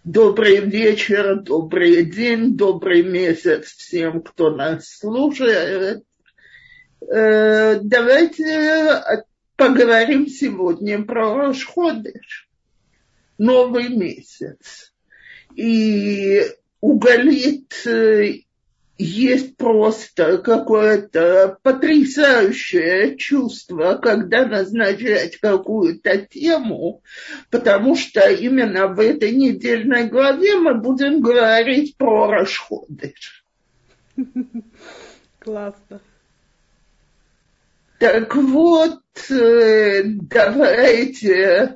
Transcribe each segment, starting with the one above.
Добрый вечер, добрый день, добрый месяц всем, кто нас слушает. Давайте поговорим сегодня про Рош ходеш, новый месяц. И у Галит есть просто какое-то потрясающее чувство, когда назначать какую-то тему, потому что именно в этой недельной главе мы будем говорить про Рош ходеш. Классно. Так вот, давайте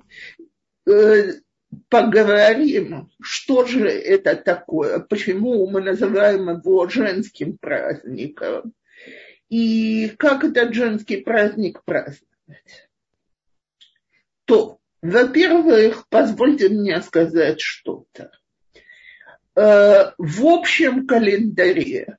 поговорим, что же это такое, почему мы называем его женским праздником и как этот женский праздник праздновать. То, во-первых, позвольте мне сказать что-то. В общем календаре,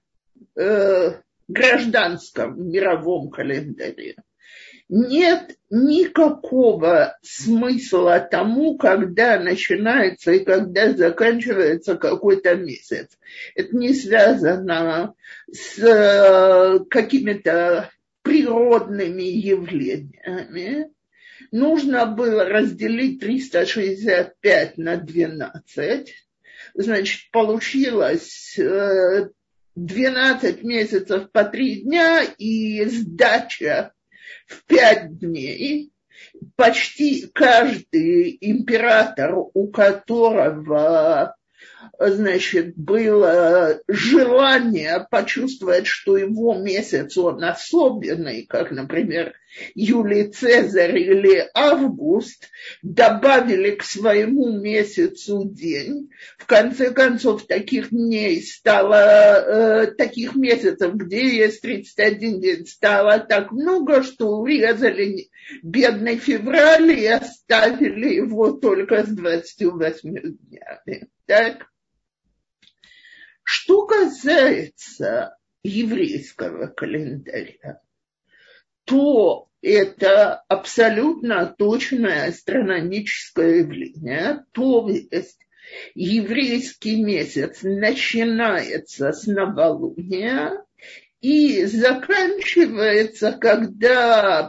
гражданском мировом календаре, нет никакого смысла тому, когда начинается и когда заканчивается какой-то месяц. Это не связано с какими-то природными явлениями. Нужно было разделить 365 на 12. Значит, получилось 12 месяцев по 3 дня и сдача в 5 дней. Почти каждый император, у которого, значит, было желание почувствовать, что его месяц, он особенный, как, например, Юлий Цезарь или Август, добавили к своему месяцу день. В конце концов, таких дней стало, таких месяцев, где есть 31 день, стало так много, что урезали бедный февраль и оставили его только с 28 днями. Так? Что касается еврейского календаря, то это абсолютно точное астрономическое явление, то есть еврейский месяц начинается с новолуния и заканчивается, когда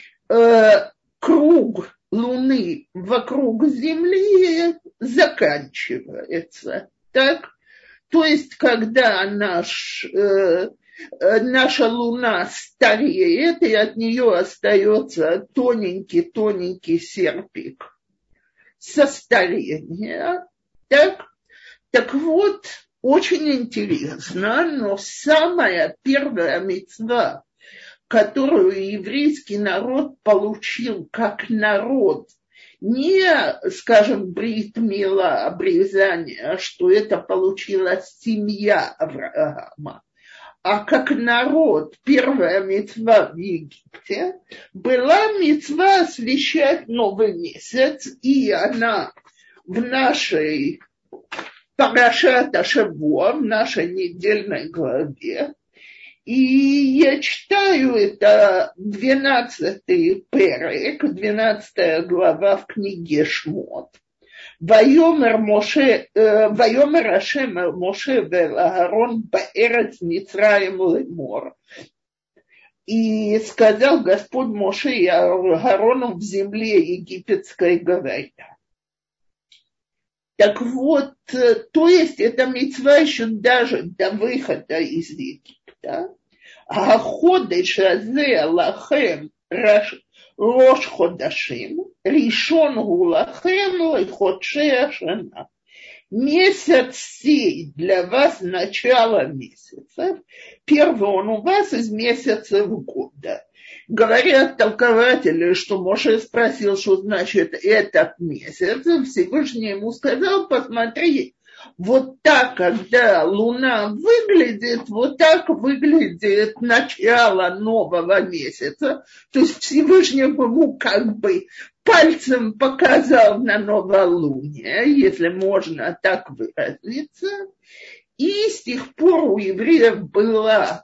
круг Луны вокруг Земли заканчивается. Так? То есть, когда наша Луна стареет, и от нее остается тоненький серпик со старения. Так вот, очень интересно, но самая первая мицва, которую еврейский народ получил как народ, не, скажем, брит мила, обрезание, что это получила семья Авраама, а как народ, первая мицва в Египте была мицва освящать новый месяц, и она в нашей Парашат а-Шавуа, в нашей недельной главе. И я читаю, это 12-й перек, 12 глава в книге Шмот. Вайомер Ашем Моше вел Аарон баэрец Мицраим лемор. И сказал Господь Моше и Аарону в земле египетской говоря. Так вот, то есть эта мицва еще даже до выхода из Египта. А ходеш азе лахем рош ходашим, ришон гу лахем леходше ашана. Месяц сей для вас начало месяцев, первый он у вас из месяцев года. Говорят толкователи, что Моше спросил, что значит этот месяц, Всевышний ему сказал, посмотри, вот так, когда Луна выглядит, вот так выглядит начало нового месяца. То есть Всевышний ему как бы пальцем показал на новолуние, если можно так выразиться. И с тех пор у евреев была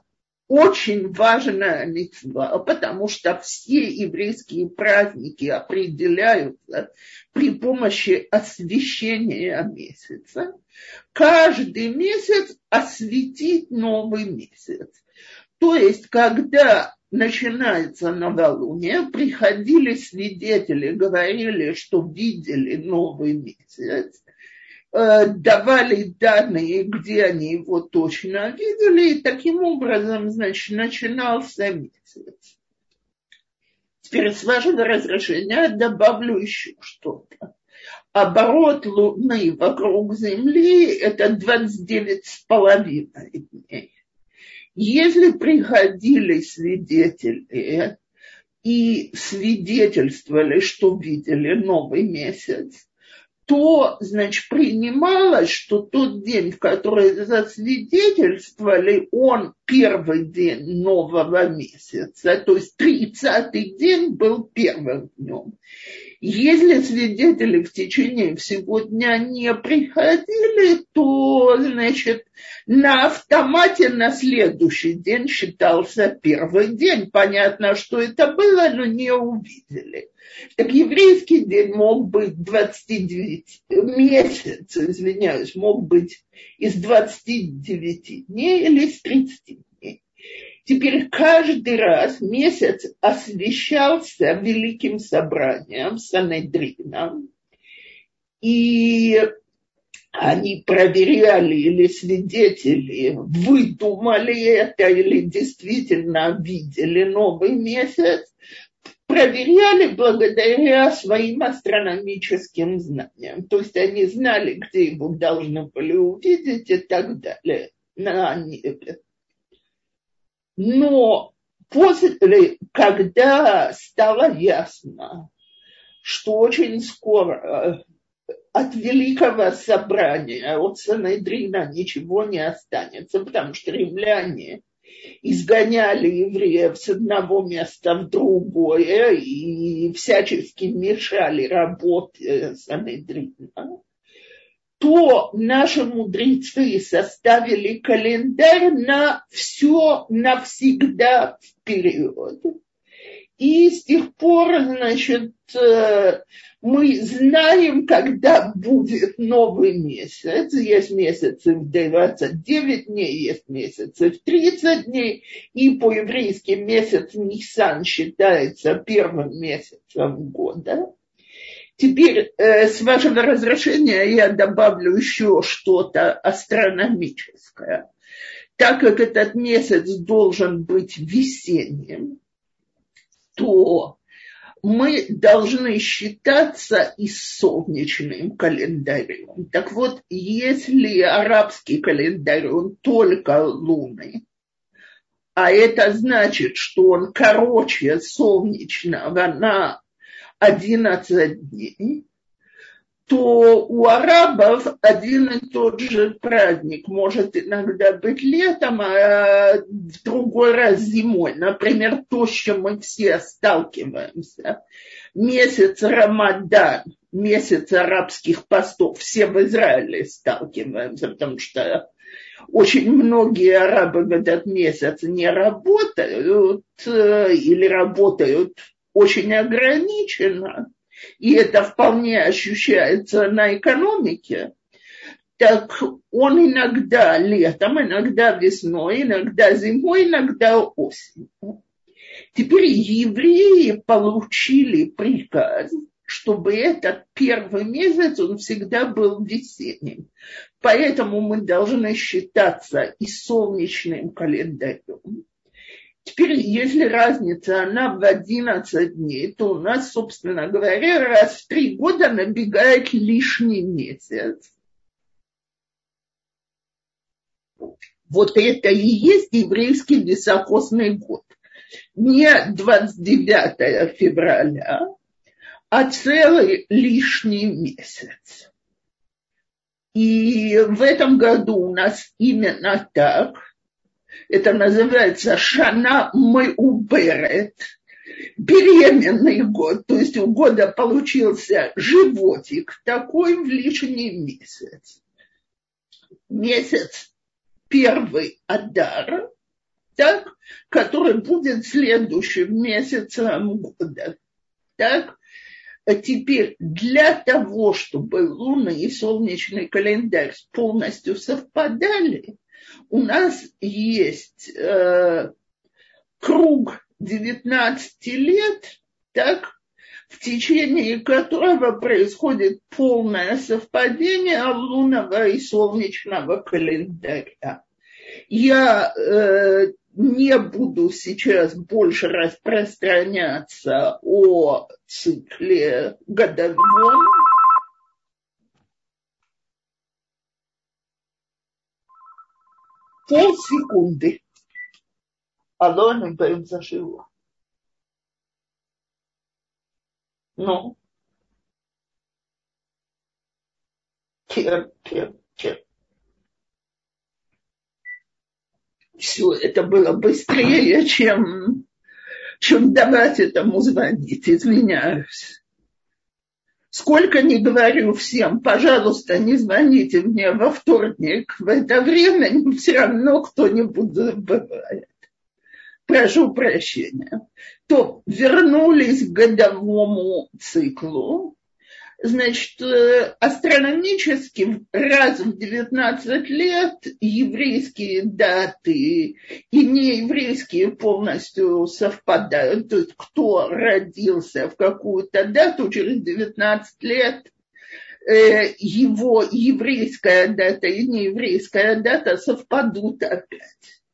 очень важная мицва, потому что все еврейские праздники определяются при помощи освещения месяца. Каждый месяц осветить новый месяц. То есть, когда начинается новолуние, приходили свидетели, говорили, что видели новый месяц, давали данные, где они его точно видели, и таким образом, значит, начинался месяц. Теперь, с вашего разрешения, добавлю еще что-то. Оборот Луны вокруг Земли – это 29,5 дней. Если приходили свидетели и свидетельствовали, что видели новый месяц, то, значит, принималось, что тот день, в который засвидетельствовали, он первый день нового месяца, то есть 30-й день был первым днем. Если свидетели в течение всего дня не приходили, то, значит, на автомате на следующий день считался первый день. Понятно, что это было, но не увидели. Так еврейский день мог быть 29, месяц, извиняюсь, мог быть из 29 дней или из 30 дней. Теперь каждый раз месяц освещался великим собранием Санедрином, и они проверяли, или свидетели выдумали это, или действительно видели новый месяц, проверяли благодаря своим астрономическим знаниям. То есть они знали, где его должны были увидеть и так далее на небе. Но после, когда стало ясно, что очень скоро от великого собрания, от Санедрина ничего не останется, потому что римляне изгоняли евреев с одного места в другое и всячески мешали работе Санедрина, то наши мудрецы составили календарь на все навсегда вперед. И с тех пор, значит, мы знаем, когда будет новый месяц. Есть месяцы в 29 дней, есть месяцы в 30 дней. И по-еврейски месяц Нисан считается первым месяцем года. Теперь, с вашего разрешения, я добавлю еще что-то астрономическое. Так как этот месяц должен быть весенним, то мы должны считаться и с солнечным календарем. Так вот, если арабский календарь, он только лунный, а это значит, что он короче солнечного на 11 дней, то у арабов один и тот же праздник может иногда быть летом, а в другой раз зимой. Например, то, с чем мы все сталкиваемся. Месяц Рамадан, месяц арабских постов, все в Израиле сталкиваемся, потому что очень многие арабы в этот месяц не работают или работают очень ограниченно. И это вполне ощущается на экономике, так он иногда летом, иногда весной, иногда зимой, иногда осенью. Теперь евреи получили приказ, чтобы этот первый месяц, он всегда был весенним. Поэтому мы должны считаться и солнечным календарем. Теперь, если разница, она в 11 дней, то у нас, собственно говоря, раз в 3 года набегает лишний месяц. Вот это и есть еврейский високосный год. Не 29 февраля, а целый лишний месяц. И в этом году у нас именно так. Это называется Шана Меуберет, беременный год. То есть у года получился животик такой в лишний месяц. Месяц первый Адар, так, который будет следующим месяцем года. Так? А теперь для того, чтобы лунный и солнечный календарь полностью совпадали, у нас есть круг 19 лет, так, в течение которого происходит полное совпадение лунного и солнечного календаря. Я не буду сейчас больше распространяться о цикле годовом. Полсекунды. Алло, не боимся чего. Ну. Кер. Все, это было быстрее, чем давать этому звонить. Извиняюсь. Сколько не говорю всем, пожалуйста, не звоните мне во вторник в это время, все равно кто-нибудь забывает. Прошу прощения. То вернулись к годовому циклу. Значит, астрономически раз в 19 лет еврейские даты и нееврейские полностью совпадают. То есть, кто родился в какую-то дату, через 19 лет его еврейская дата и нееврейская дата совпадут опять.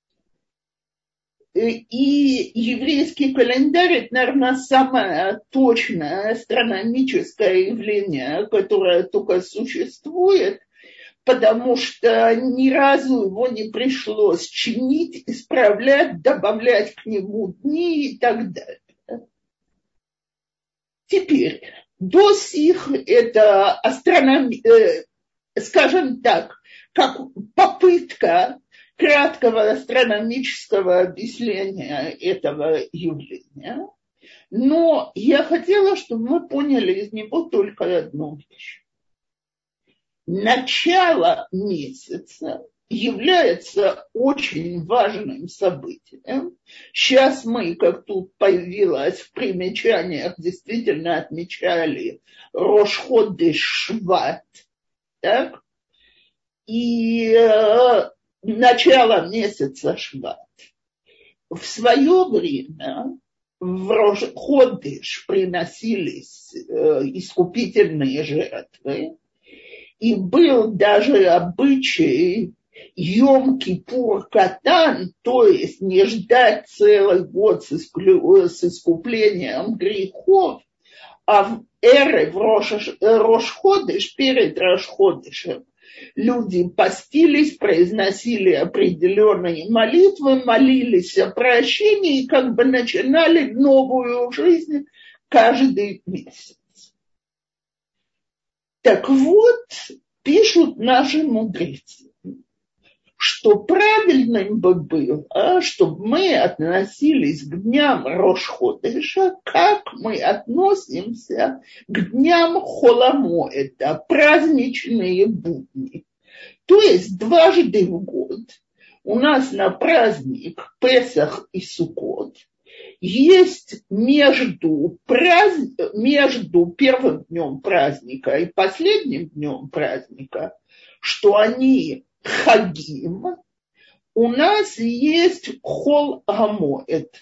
И еврейский календарь – это, наверное, самое точное астрономическое явление, которое только существует, потому что ни разу его не пришлось чинить, исправлять, добавлять к нему дни и так далее. Теперь, до сих это скажем так, как попытка краткого астрономического объяснения этого явления, но я хотела, чтобы мы поняли из него только одну вещь. Начало месяца является очень важным событием. Сейчас мы, как тут появилось в примечаниях, действительно отмечали Рош ходеш Шват, так? И начало месяца Шват. В свое время в Рош ходеш приносились искупительные жертвы, и был даже обычай Йом-Кипур Катан, то есть не ждать целый год с искуплением грехов, а в Рош-ходеш, перед Рош-ходешем, люди постились, произносили определенные молитвы, молились о прощении и как бы начинали новую жизнь каждый месяц. Так вот, пишут наши мудрецы, что правильным бы было, чтобы мы относились к дням Рош-ходеша, как мы относимся к дням Холомоэда, праздничные будни. То есть дважды в год у нас на праздник Песах и Суккот есть между первым днем праздника и последним днем праздника, что они хагим, у нас есть хол гамоэд,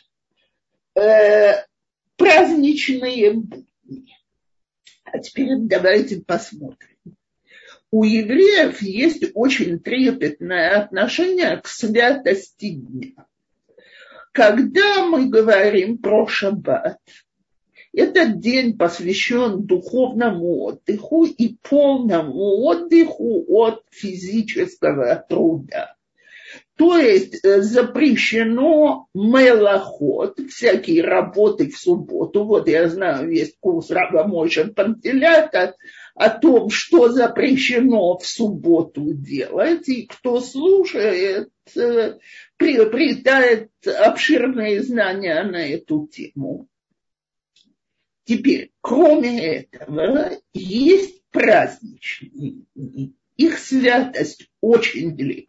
праздничные будни. А теперь давайте посмотрим. У евреев есть очень трепетное отношение к святости дня. Когда мы говорим про шаббат, этот день посвящен духовному отдыху и полному отдыху от физического труда. То есть запрещено мелахот, всякие работы в субботу. Вот я знаю, есть курс Рава Моше Пантелята о том, что запрещено в субботу делать, и кто слушает, приобретает обширные знания на эту тему. Теперь, кроме этого, есть праздничные дни. Их святость очень велика.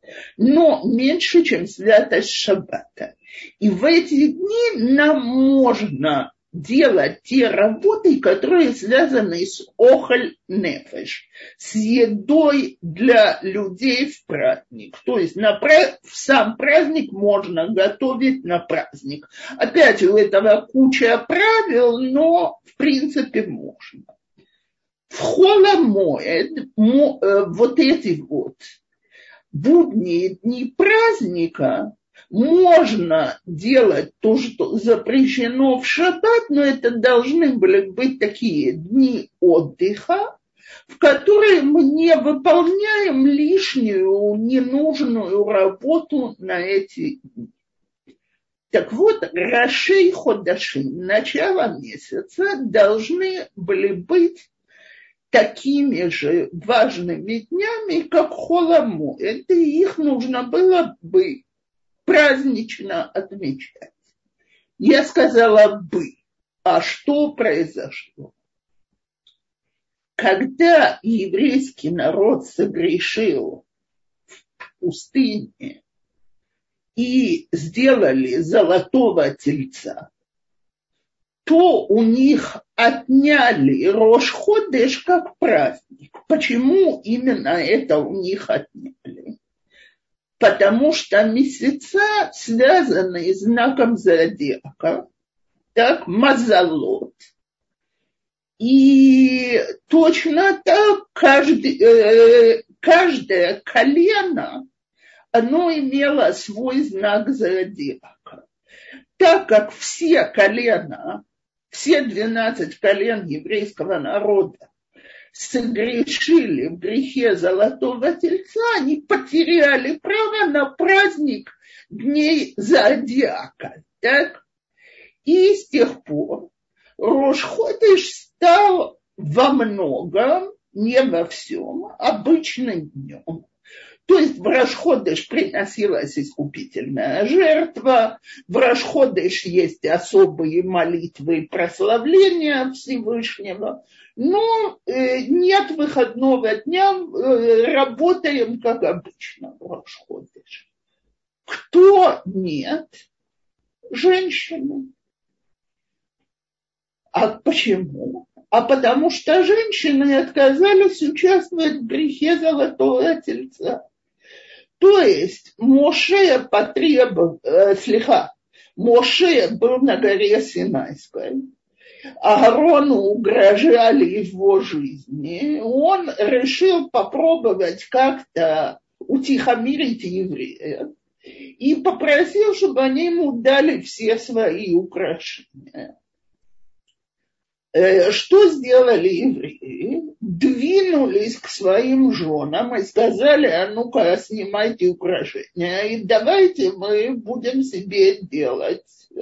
но меньше, чем святость шаббата. И в эти дни нам можно делать те работы, которые связаны с охоль нефеш, с едой для людей в праздник. То есть в сам праздник можно готовить на праздник. Опять у этого куча правил, но в принципе можно. В холомоэд вот эти вот будние дни праздника можно делать то, что запрещено в шаббат, но это должны были быть такие дни отдыха, в которые мы не выполняем лишнюю, ненужную работу на эти дни. Так вот, рашей ходашим, начало месяца, должны были быть такими же важными днями, как холому. Это их нужно было бы празднично отмечать. Я сказала бы, а что произошло? Когда еврейский народ согрешил в пустыне и сделали золотого тельца, то у них отняли Рош-ходеш как праздник. Почему именно это у них отняли? Потому что месяца связаны с знаком зодиака, так, мазалот. И точно так каждое колено, оно имело свой знак зодиака. Так как все колена, все 12 колен еврейского народа согрешили в грехе золотого тельца, они потеряли право на праздник дней зодиака. Так? И с тех пор Рош-ходеш стал во многом, не во всем, обычным днем. То есть в Рош-ходеш приносилась искупительная жертва, в Рош-ходеш есть особые молитвы и прославления Всевышнего, но нет выходного дня, работаем как обычно в Рош-ходеш. Кто нет? Женщины. А почему? А потому что женщины отказались участвовать в грехе золотого тельца. То есть Моше Моше был на горе Синайской, Аарону угрожали его жизни, он решил попробовать как-то утихомирить евреев и попросил, чтобы они ему дали все свои украшения. Что сделали евреи? Двинулись к своим женам и сказали, а ну-ка, снимайте украшения и давайте мы будем себе делать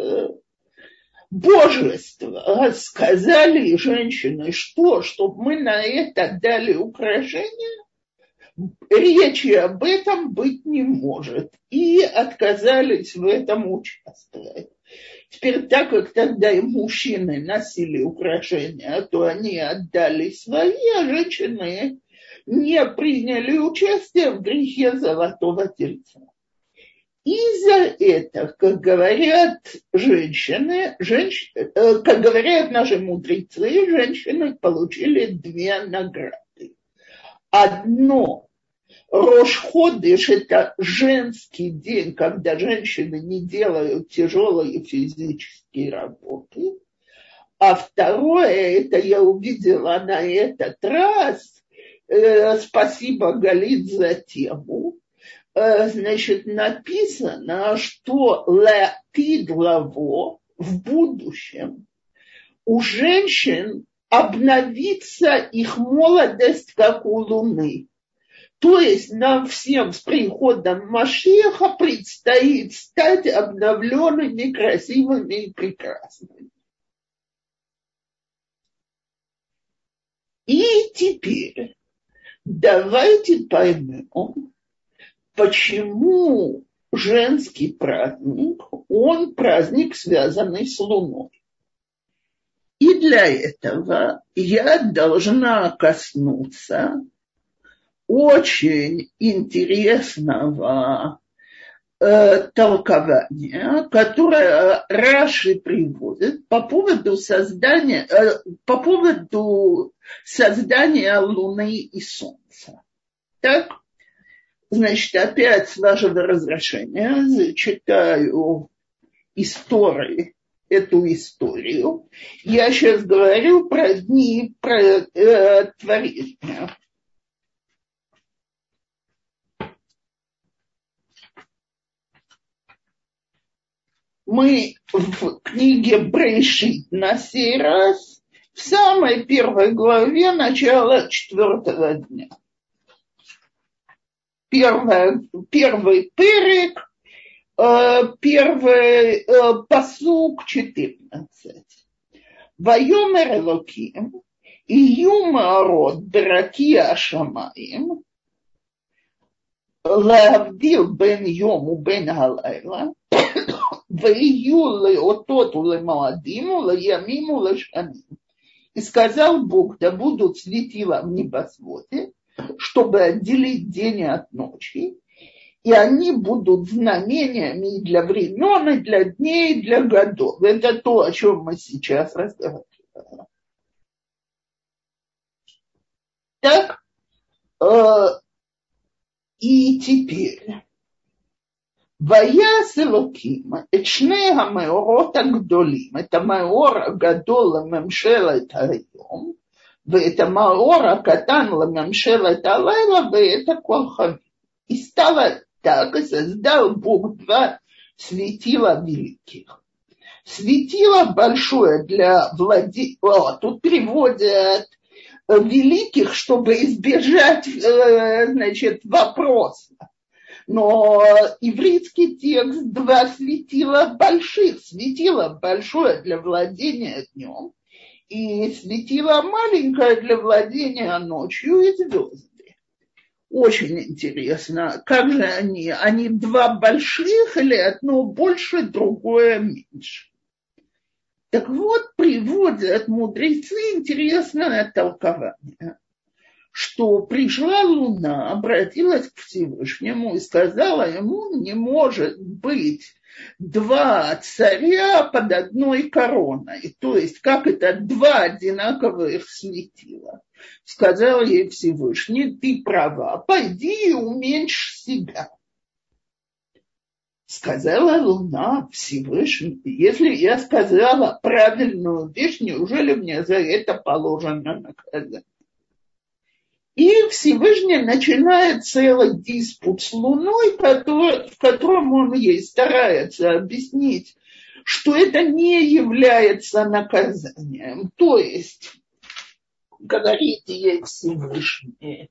божество. Сказали женщины, что, чтобы мы на это дали украшения? Речи об этом быть не может. И отказались в этом участвовать. Теперь, так как тогда и мужчины носили украшения, то они отдали свои, а женщины не приняли участие в грехе золотого тельца. Из-за этого, как говорят женщины, как говорят наши мудрецы, женщины получили две награды. Одно. Рош-ходеш – это женский день, когда женщины не делают тяжелые физические работы. А второе, это я увидела на этот раз, спасибо, Галит, за тему, значит, написано, что леатид лаво в будущем у женщин обновится их молодость, как у Луны. То есть нам всем с приходом Машиаха предстоит стать обновленными, красивыми и прекрасными. И теперь давайте поймем, почему женский праздник, он праздник, связанный с Луной. И для этого я должна коснуться очень интересного толкования, которое Раши приводит по поводу создания Луны и Солнца. Так, значит, опять с вашего разрешения зачитаю эту историю. Я сейчас говорю про дни творения. Мы в книге Брешит на сей раз в самой первой главе начала 4-го дня. Первый перек, первый пасук 14. Вайомер Элоким, Ию Маарот Беракия Ашамаим, Лавдил бен Йому бен Халайла, Ваю леотот улемаладиму леямиму лешаним. И сказал Бог, да будут светила в небосводе, чтобы отделить день от ночи, и они будут знамениями и для времен, и для дней, и для годов. Это то, о чем мы сейчас разговариваем. Так, и теперь. Ваяс Элоким, את שני המאורות הגדולים, את המאור הגדול לממשלת היום, ואת המאור הקטן לממשלת הלילה, ואת הכוכבים. И стало так, и создал Бог два светила великих. Светило большое для владения... Тут переводят великих, чтобы избежать, вопроса. Но ивритский текст два светила больших. Светило большое для владения днем и светило маленькое для владения ночью и звезды. Очень интересно, как же они? Они два больших или одно больше, другое меньше? Так вот, приводят мудрецы интересное толкование, что пришла Луна, обратилась к Всевышнему и сказала ему, не может быть два царя под одной короной. То есть, как это два одинаковых светила. Сказал ей Всевышний, ты права, пойди и уменьшь себя. Сказала Луна Всевышний, если я сказала правильную вещь, неужели мне за это положено наказание? И Всевышний начинает целый диспут с Луной, в котором он ей старается объяснить, что это не является наказанием. То есть, говорит ей Всевышний,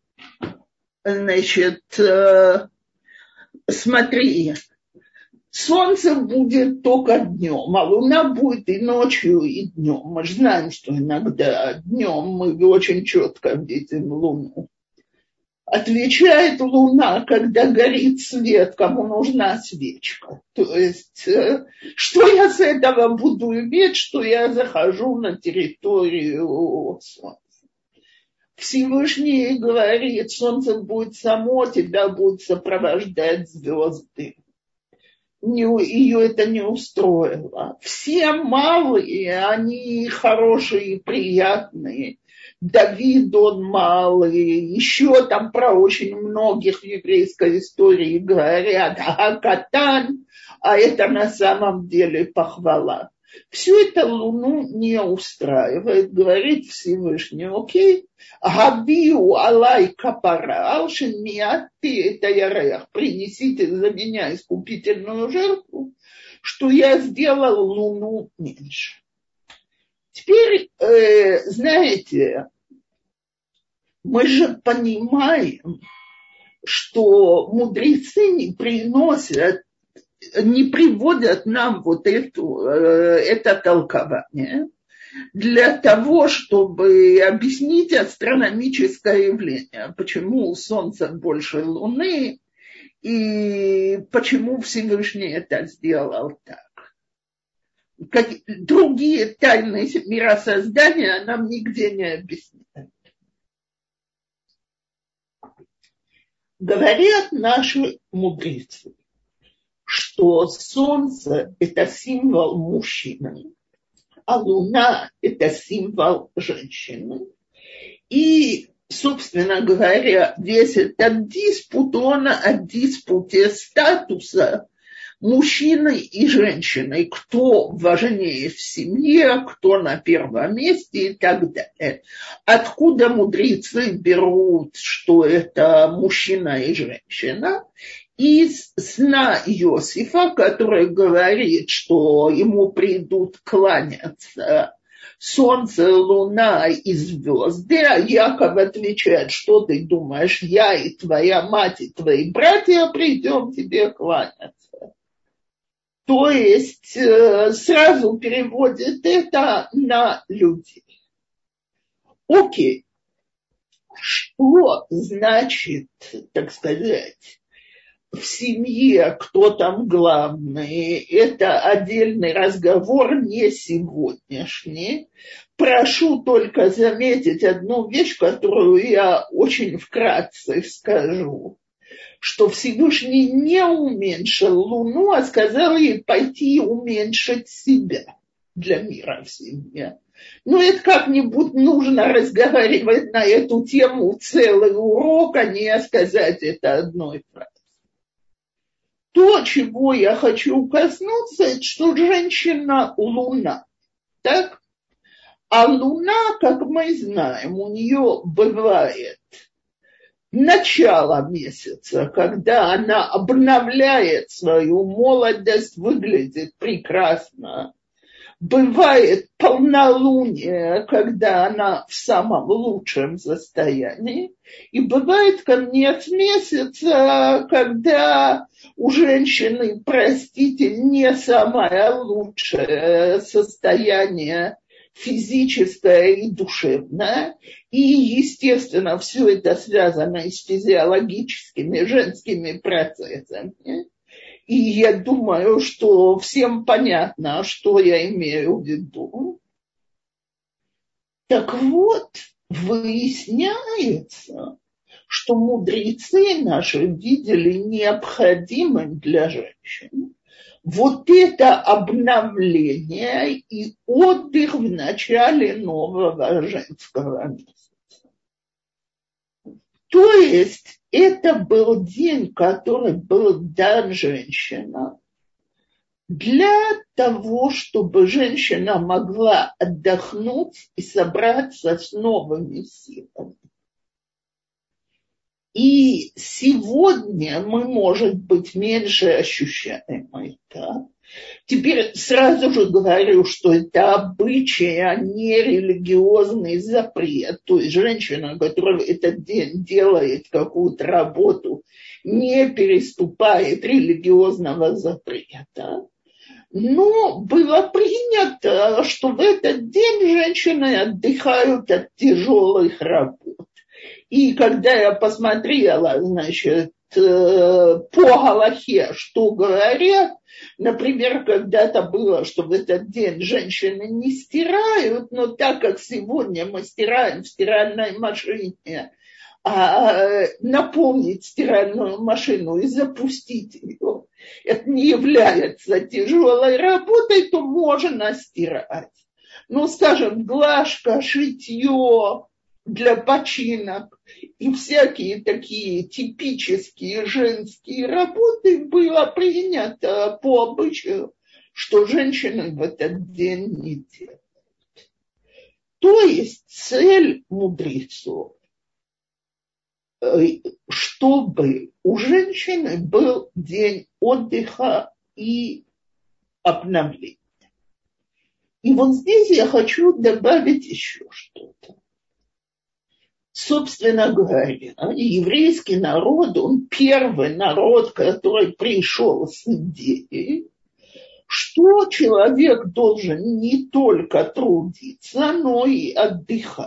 смотри, солнце будет только днем, а луна будет и ночью, и днем. Мы же знаем, что иногда днем мы очень четко видим луну. Отвечает луна, когда горит свет, кому нужна свечка. То есть, что я с этого буду иметь, что я захожу на территорию солнца. Всевышний говорит, солнце будет само, тебя будут сопровождать звезды. Ее это не устроило. Все малые, они хорошие и приятные. Давид, он малый, еще там про очень многих в еврейской истории говорят, катан, а это на самом деле похвала. Все это Луну не устраивает, говорит Всевышний, окей, габиу алай капара, алшин миатти это ярех, принесите за меня искупительную жертву, что я сделал Луну меньше. Теперь, знаете, мы же понимаем, что мудрецы не приводят нам вот это толкование для того, чтобы объяснить астрономическое явление, почему у Солнца больше Луны и почему Всевышний это сделал так. Другие тайны миросоздания нам нигде не объясняют. Говорят наши мудрецы, что солнце – это символ мужчины, а луна – это символ женщины. И, собственно говоря, весь этот диспут, он о диспуте статуса мужчины и женщины, кто важнее в семье, кто на первом месте и так далее. Откуда мудрецы берут, что это мужчина и женщина? Из сна Иосифа, который говорит, что ему придут кланяться солнце, луна и звезды, а Яков отвечает, что ты думаешь, я и твоя мать, и твои братья придем тебе кланяться. То есть сразу переводит это на людей. Окей. Что значит, так сказать, в семье кто там главный? Это отдельный разговор, не сегодняшний. Прошу только заметить одну вещь, которую я очень вкратце скажу. Что Всевышний не уменьшил Луну, а сказал ей пойти и уменьшить себя для мира в семье. Ну, это как-нибудь нужно разговаривать на эту тему целый урок, а не сказать это одной фразой. То, чего я хочу коснуться, это что женщина – луна, так? А луна, как мы знаем, у нее бывает начало месяца, когда она обновляет свою молодость, выглядит прекрасно. Бывает полнолуние, когда она в самом лучшем состоянии. И бывает конец месяца, когда у женщины, простите, не самое лучшее состояние физическое и душевное. И, естественно, все это связано и с физиологическими женскими процессами. И я думаю, что всем понятно, что я имею в виду. Так вот, выясняется, что мудрецы наши видели необходимым для женщин вот это обновление и отдых в начале нового женского месяца. То есть это был день, который был дан женщинам для того, чтобы женщина могла отдохнуть и собраться с новыми силами. И сегодня мы, может быть, меньше ощущаем это. Теперь сразу же говорю, что это обычай, а не религиозный запрет. То есть женщина, которая в этот день делает какую-то работу, не переступает религиозного запрета. Но было принято, что в этот день женщины отдыхают от тяжелых работ. И когда я посмотрела, значит, по галахе, что говорят, например, когда-то было, что в этот день женщины не стирают, но так как сегодня мы стираем в стиральной машине, наполнить стиральную машину и запустить ее, это не является тяжелой работой, то можно стирать. Ну, скажем, глажка, шитье для починок и всякие такие типические женские работы было принято по обычаю, что женщины в этот день не делают. То есть цель мудрецов, чтобы у женщины был день отдыха и обновления. И вот здесь я хочу добавить еще что-то. Собственно говоря, еврейский народ, он первый народ, который пришел с идеей, что человек должен не только трудиться, но и отдыхать.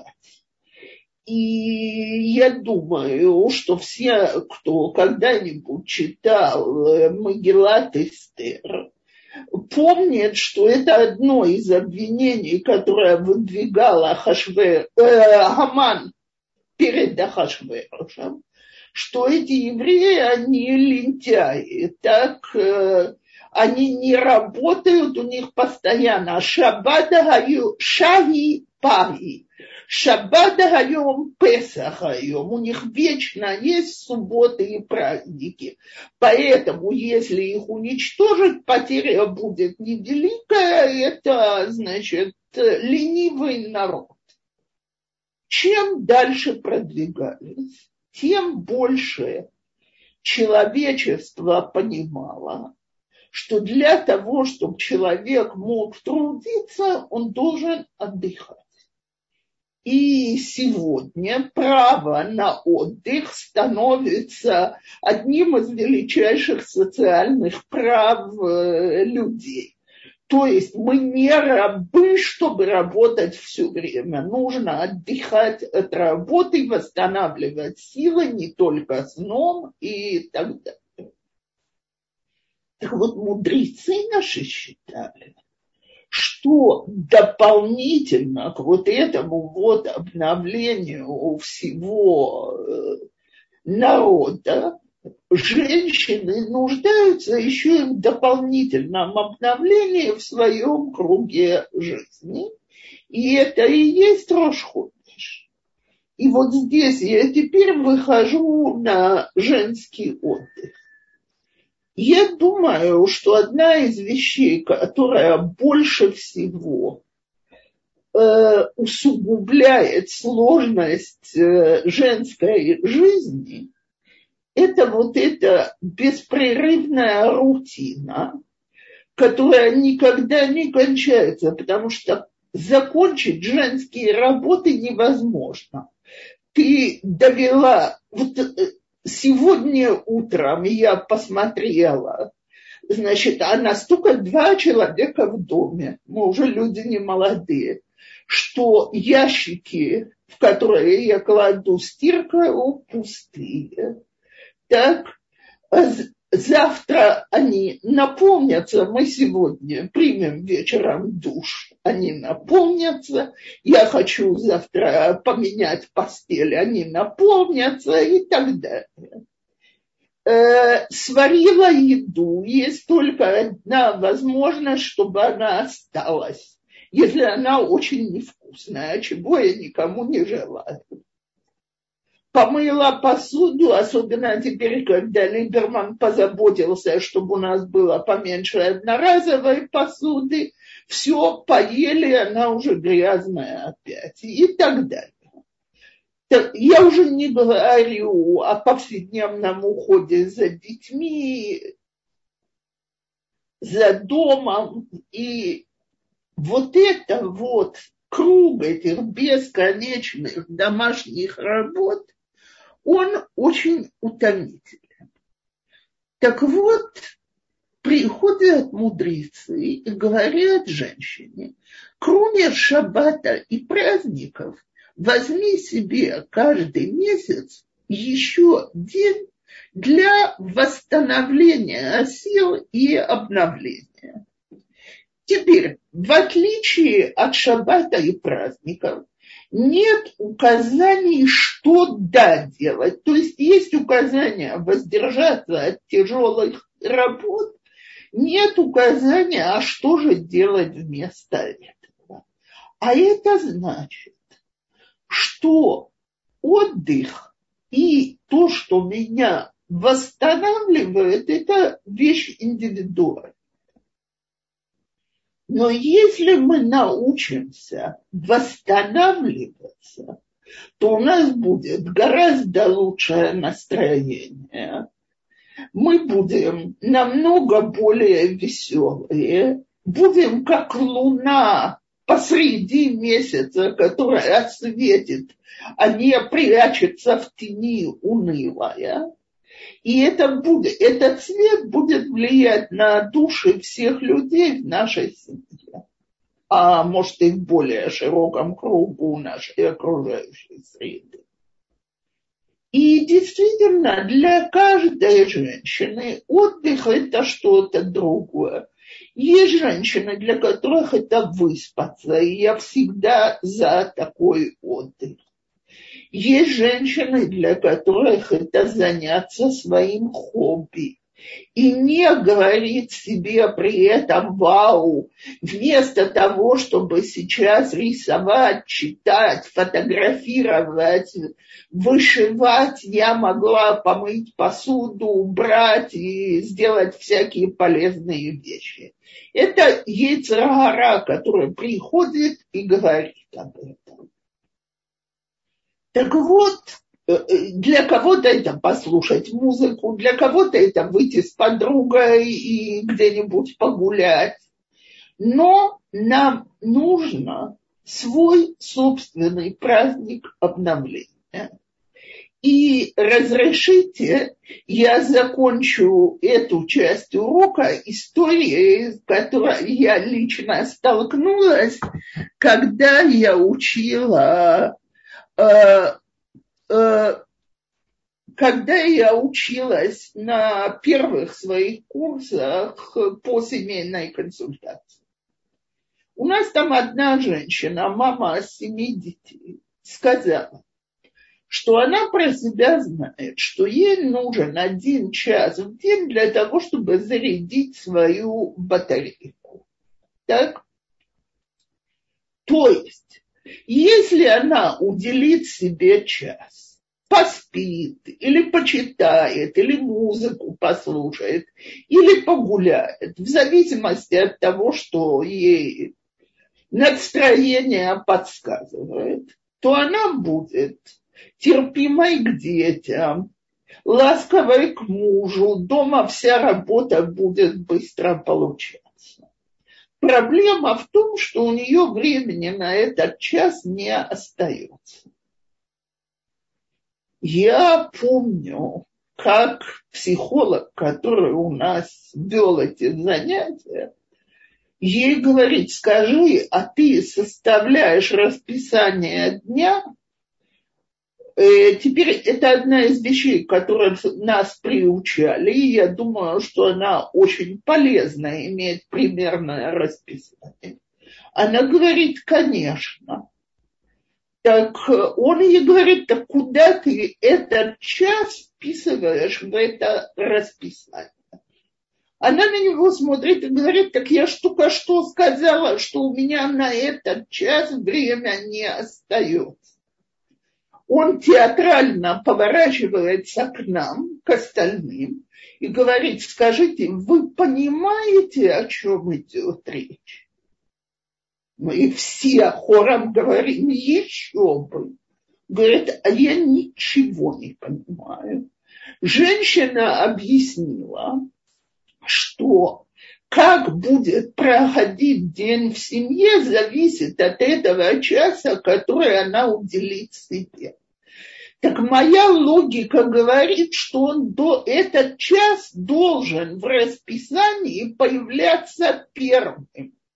И я думаю, что все, кто когда-нибудь читал Мегилат Эстер, помнят, что это одно из обвинений, которое выдвигала Хаман перед Ахашверошем, что эти евреи, они лентяи, так они не работают, у них постоянно шаббат гаю шаги пари. Шаббат гайом Песах гайом. У них вечно есть субботы и праздники. Поэтому, если их уничтожить, потеря будет невеликая. Это, значит, ленивый народ. Чем дальше продвигались, тем больше человечество понимало, что для того, чтобы человек мог трудиться, он должен отдыхать. И сегодня право на отдых становится одним из величайших социальных прав людей. То есть мы не рабы, чтобы работать все время. Нужно отдыхать от работы, восстанавливать силы не только сном и так далее. Так вот, мудрецы наши считали, что дополнительно к вот этому вот обновлению всего народа женщины нуждаются еще и в дополнительном обновлении в своем круге жизни. И это и есть Рош ходеш. И вот здесь я теперь выхожу на женский отдых. Я думаю, что одна из вещей, которая больше всего усугубляет сложность женской жизни, это вот эта беспрерывная рутина, которая никогда не кончается, потому что закончить женские работы невозможно. Ты довела... Сегодня утром я посмотрела, значит, а настолько 2 человека в доме, мы уже люди не молодые, что ящики, в которые я кладу стирку, пустые. Так, завтра они наполнятся, мы сегодня примем вечером душ, они наполнятся, я хочу завтра поменять постель, они наполнятся и так далее. Сварила еду, есть только одна возможность, чтобы она осталась, если она очень невкусная, чего я никому не желаю. Помыла посуду, особенно теперь, когда Либерман позаботился, чтобы у нас было поменьше одноразовой посуды, все поели, она уже грязная опять и так далее. Я уже не говорю о повседневном уходе за детьми, за домом. И вот это вот круг этих бесконечных домашних работ, он очень утомителен. Так вот, приходят мудрецы и говорят женщине, кроме шаббата и праздников, возьми себе каждый месяц еще день для восстановления сил и обновления. Теперь, в отличие от шаббата и праздников, нет указаний, что да делать. То есть есть указания воздержаться от тяжелых работ, нет указания, а что же делать вместо этого. А это значит, что отдых и то, что меня восстанавливает, это вещь индивидуальная. Но если мы научимся восстанавливаться, то у нас будет гораздо лучшее настроение. Мы будем намного более веселые, будем как луна посреди месяца, которая светит, а не прячется в тени унылая. И этот свет будет влиять на души всех людей в нашей семье, а может и в более широком кругу нашей окружающей среды. И действительно, для каждой женщины отдых – это что-то другое. Есть женщины, для которых это выспаться, и я всегда за такой отдых. Есть женщины, для которых это заняться своим хобби. И не говорить себе при этом «вау», вместо того, чтобы сейчас рисовать, читать, фотографировать, вышивать, я могла помыть посуду, убрать и сделать всякие полезные вещи. Это йецер гара, который приходит и говорит об этом. Так вот, для кого-то это послушать музыку, для кого-то это выйти с подругой и где-нибудь погулять. Но нам нужно свой собственный праздник обновления. И разрешите, я закончу эту часть урока историей, с которой я лично столкнулась, когда я учила когда я училась на первых своих курсах по семейной консультации. У нас там одна женщина, мама 7 детей, сказала, что она про себя знает, что ей нужен 1 час в день для того, чтобы зарядить свою батарейку. Так? То есть, если она уделит себе час, поспит, или почитает, или музыку послушает, или погуляет, в зависимости от того, что ей настроение подсказывает, то она будет терпимой к детям, ласковой к мужу, дома вся работа будет быстро получаться. Проблема в том, что у нее времени на этот час не остается. Я помню, как психолог, который у нас вел эти занятия, ей говорит: скажи, а ты составляешь расписание дня? Теперь это одна из вещей, которые нас приучали, и я думаю, что она очень полезна, иметь примерное расписание. Она говорит: конечно. Так он ей говорит: так куда ты этот час вписываешь в это расписание? Она на него смотрит и говорит: так я ж только что сказала, что у меня на этот час время не остается. Он театрально поворачивается к нам, к остальным, и говорит: скажите, вы понимаете, о чем идет речь? Мы все хором говорим: еще бы. Говорит: а я ничего не понимаю. Женщина объяснила, что как будет проходить день в семье, зависит от этого часа, который она уделит себе. Так моя логика говорит, что он этот час должен в расписании появляться первым.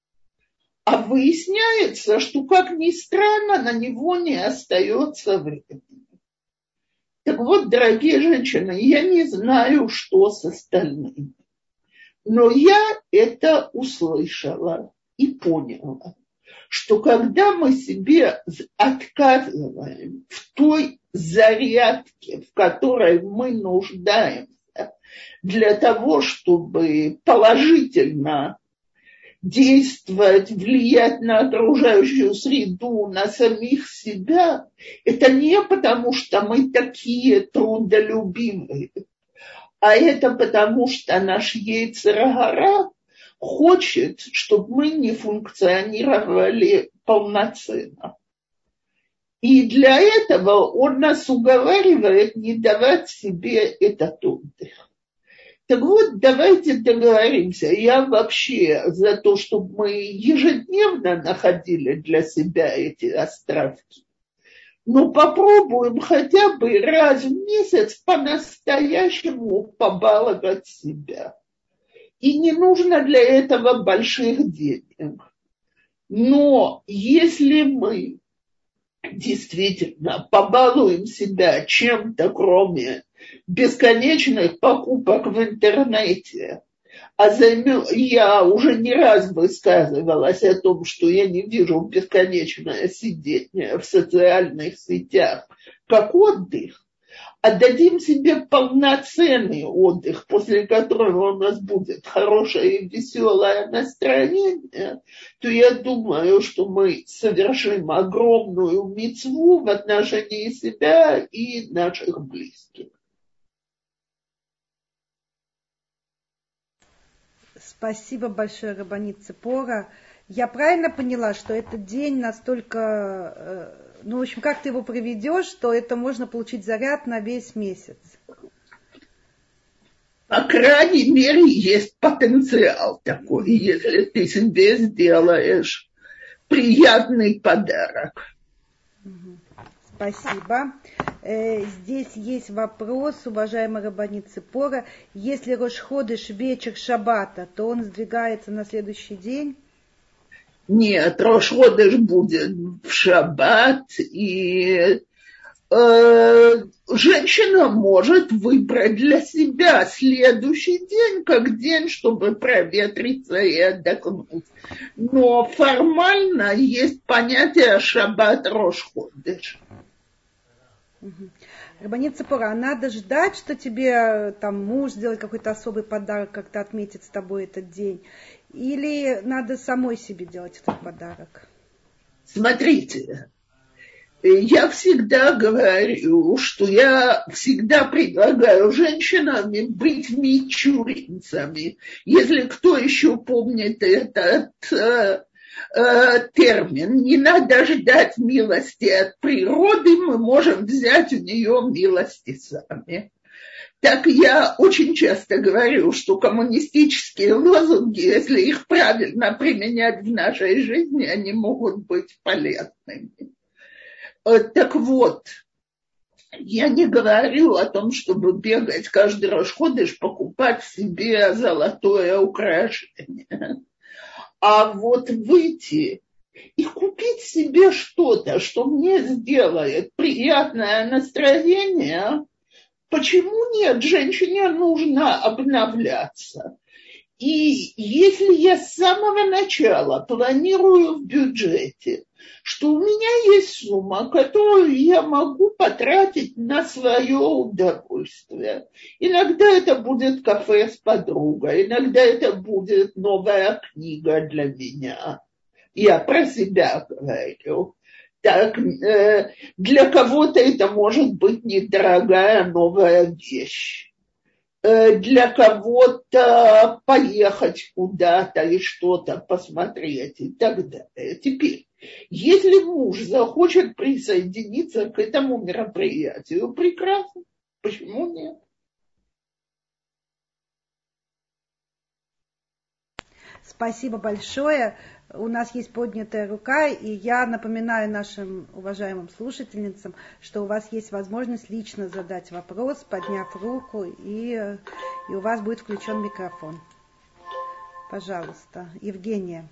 А выясняется, что, как ни странно, на него не остается времени. Так вот, дорогие женщины, я не знаю, что с остальными. Но я это услышала и поняла, что когда мы себе отказываем в той зарядке, в которой мы нуждаемся, для того, чтобы положительно действовать, влиять на окружающую среду, на самих себя, это не потому, что мы такие трудолюбивые, а это потому, что наш йецер гара хочет, чтобы мы не функционировали полноценно. И для этого он нас уговаривает не давать себе этот отдых. Так вот, давайте договоримся. Я вообще за то, чтобы мы ежедневно находили для себя эти островки. Но попробуем хотя бы раз в месяц по-настоящему побаловать себя. И не нужно для этого больших денег. Но если мы действительно побалуем себя чем-то, кроме бесконечных покупок в интернете, я уже не раз высказывалась о том, что я не вижу бесконечное сидение в социальных сетях, как отдых, а дадим себе полноценный отдых, после которого у нас будет хорошее и веселое настроение, то я думаю, что мы совершим огромную мицву в отношении себя и наших близких. Спасибо большое, Рабанит Ципора. Я правильно поняла, что этот день настолько, в общем, как ты его проведешь, что это можно получить заряд на весь месяц? По крайней мере, есть потенциал такой, если ты себе сделаешь приятный подарок. Спасибо. Здесь есть вопрос, уважаемый Рабанит Ципора. Если Рош ходеш вечер шаббата, то он сдвигается на следующий день? Нет, Рош ходеш будет в шаббат, и женщина может выбрать для себя следующий день как день, чтобы проветриться и отдохнуть. Но формально есть понятие шаббат Рош ходеш. Рабанит Ципора, а надо ждать, что тебе там муж сделает какой-то особый подарок, как-то отметит с тобой этот день? Или надо самой себе делать этот подарок? Смотрите, я всегда говорю, что я всегда предлагаю женщинам быть мичуринцами. Если кто еще помнит этот термин, не надо ждать милости от природы, мы можем взять у нее милости сами. Так я очень часто говорю, что коммунистические лозунги, если их правильно применять в нашей жизни, они могут быть полезными. Так вот, я не говорю о том, чтобы бегать каждый Рош ходеш, покупать себе золотое украшение. А вот выйти и купить себе что-то, что мне сделает приятное настроение, почему нет? Женщине нужно обновляться. И если я с самого начала планирую в бюджете, что у меня есть сумма, которую я могу потратить на свое удовольствие. Иногда это будет кафе с подругой, иногда это будет новая книга для меня. Я про себя говорю. Так, для кого-то это может быть недорогая новая вещь. Для кого-то поехать куда-то и что-то посмотреть и так далее. Теперь, если муж захочет присоединиться к этому мероприятию, прекрасно. Почему нет? Спасибо большое. У нас есть поднятая рука, и я напоминаю нашим уважаемым слушательницам, что у вас есть возможность лично задать вопрос, подняв руку, и у вас будет включен микрофон. Пожалуйста, Евгения.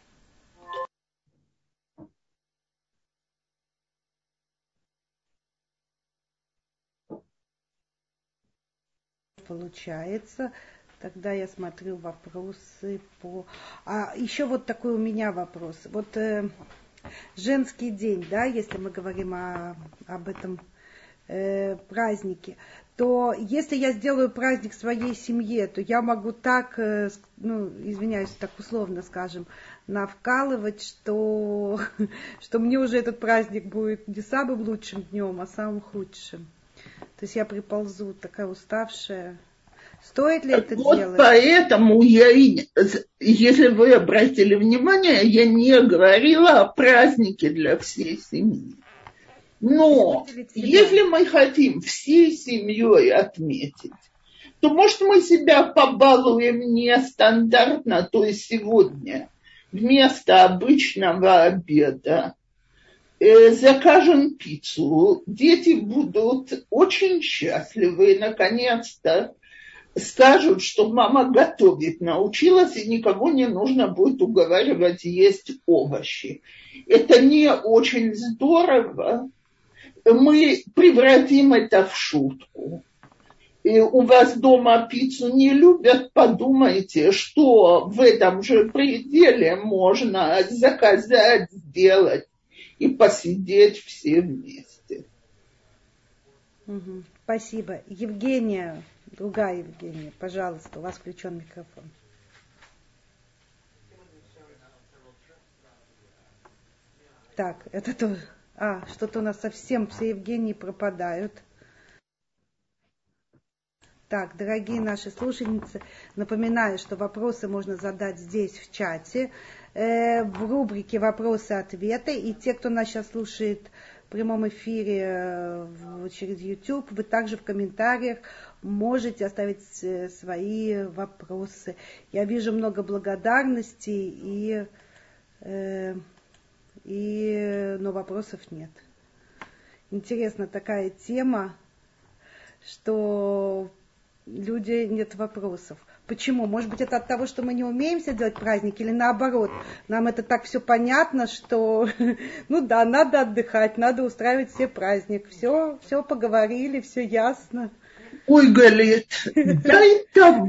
Получается. Тогда я смотрю вопросы по... А еще вот такой у меня вопрос. Вот женский день, да, если мы говорим об этом празднике, то если я сделаю праздник своей семье, то я могу так, извиняюсь, так условно скажем, навкалывать, что мне уже этот праздник будет не самым лучшим днем, а самым худшим. То есть я приползу такая уставшая. Стоит ли это вот делать? Поэтому если вы обратили внимание, я не говорила о празднике для всей семьи. Но если мы хотим всей семьей отметить, то, может, мы себя побалуем нестандартно, то есть сегодня вместо обычного обеда закажем пиццу, дети будут очень счастливы, и, наконец-то, скажут, что мама готовить научилась, и никого не нужно будет уговаривать есть овощи. Это не очень здорово. Мы превратим это в шутку. И у вас дома пиццу не любят, подумайте, что в этом же пределе можно заказать, сделать и посидеть все вместе. Угу. Спасибо. Евгения, другая Евгения, пожалуйста, у вас включен микрофон. Так, это тоже. Что-то у нас совсем все Евгении пропадают. Так, дорогие наши слушательницы, напоминаю, что вопросы можно задать здесь в чате, в рубрике «Вопросы-ответы». И те, кто нас сейчас слушает в прямом эфире через YouTube, вы также в комментариях можете оставить свои вопросы. Я вижу много благодарностей, но вопросов нет. Интересна такая тема, что люди нет вопросов. Почему? Может быть, это от того, что мы не умеем себе делать праздники, или наоборот, нам это так все понятно, что, ну да, надо отдыхать, надо устраивать себе праздник. Все поговорили, все ясно. Ой, Галит, дай-то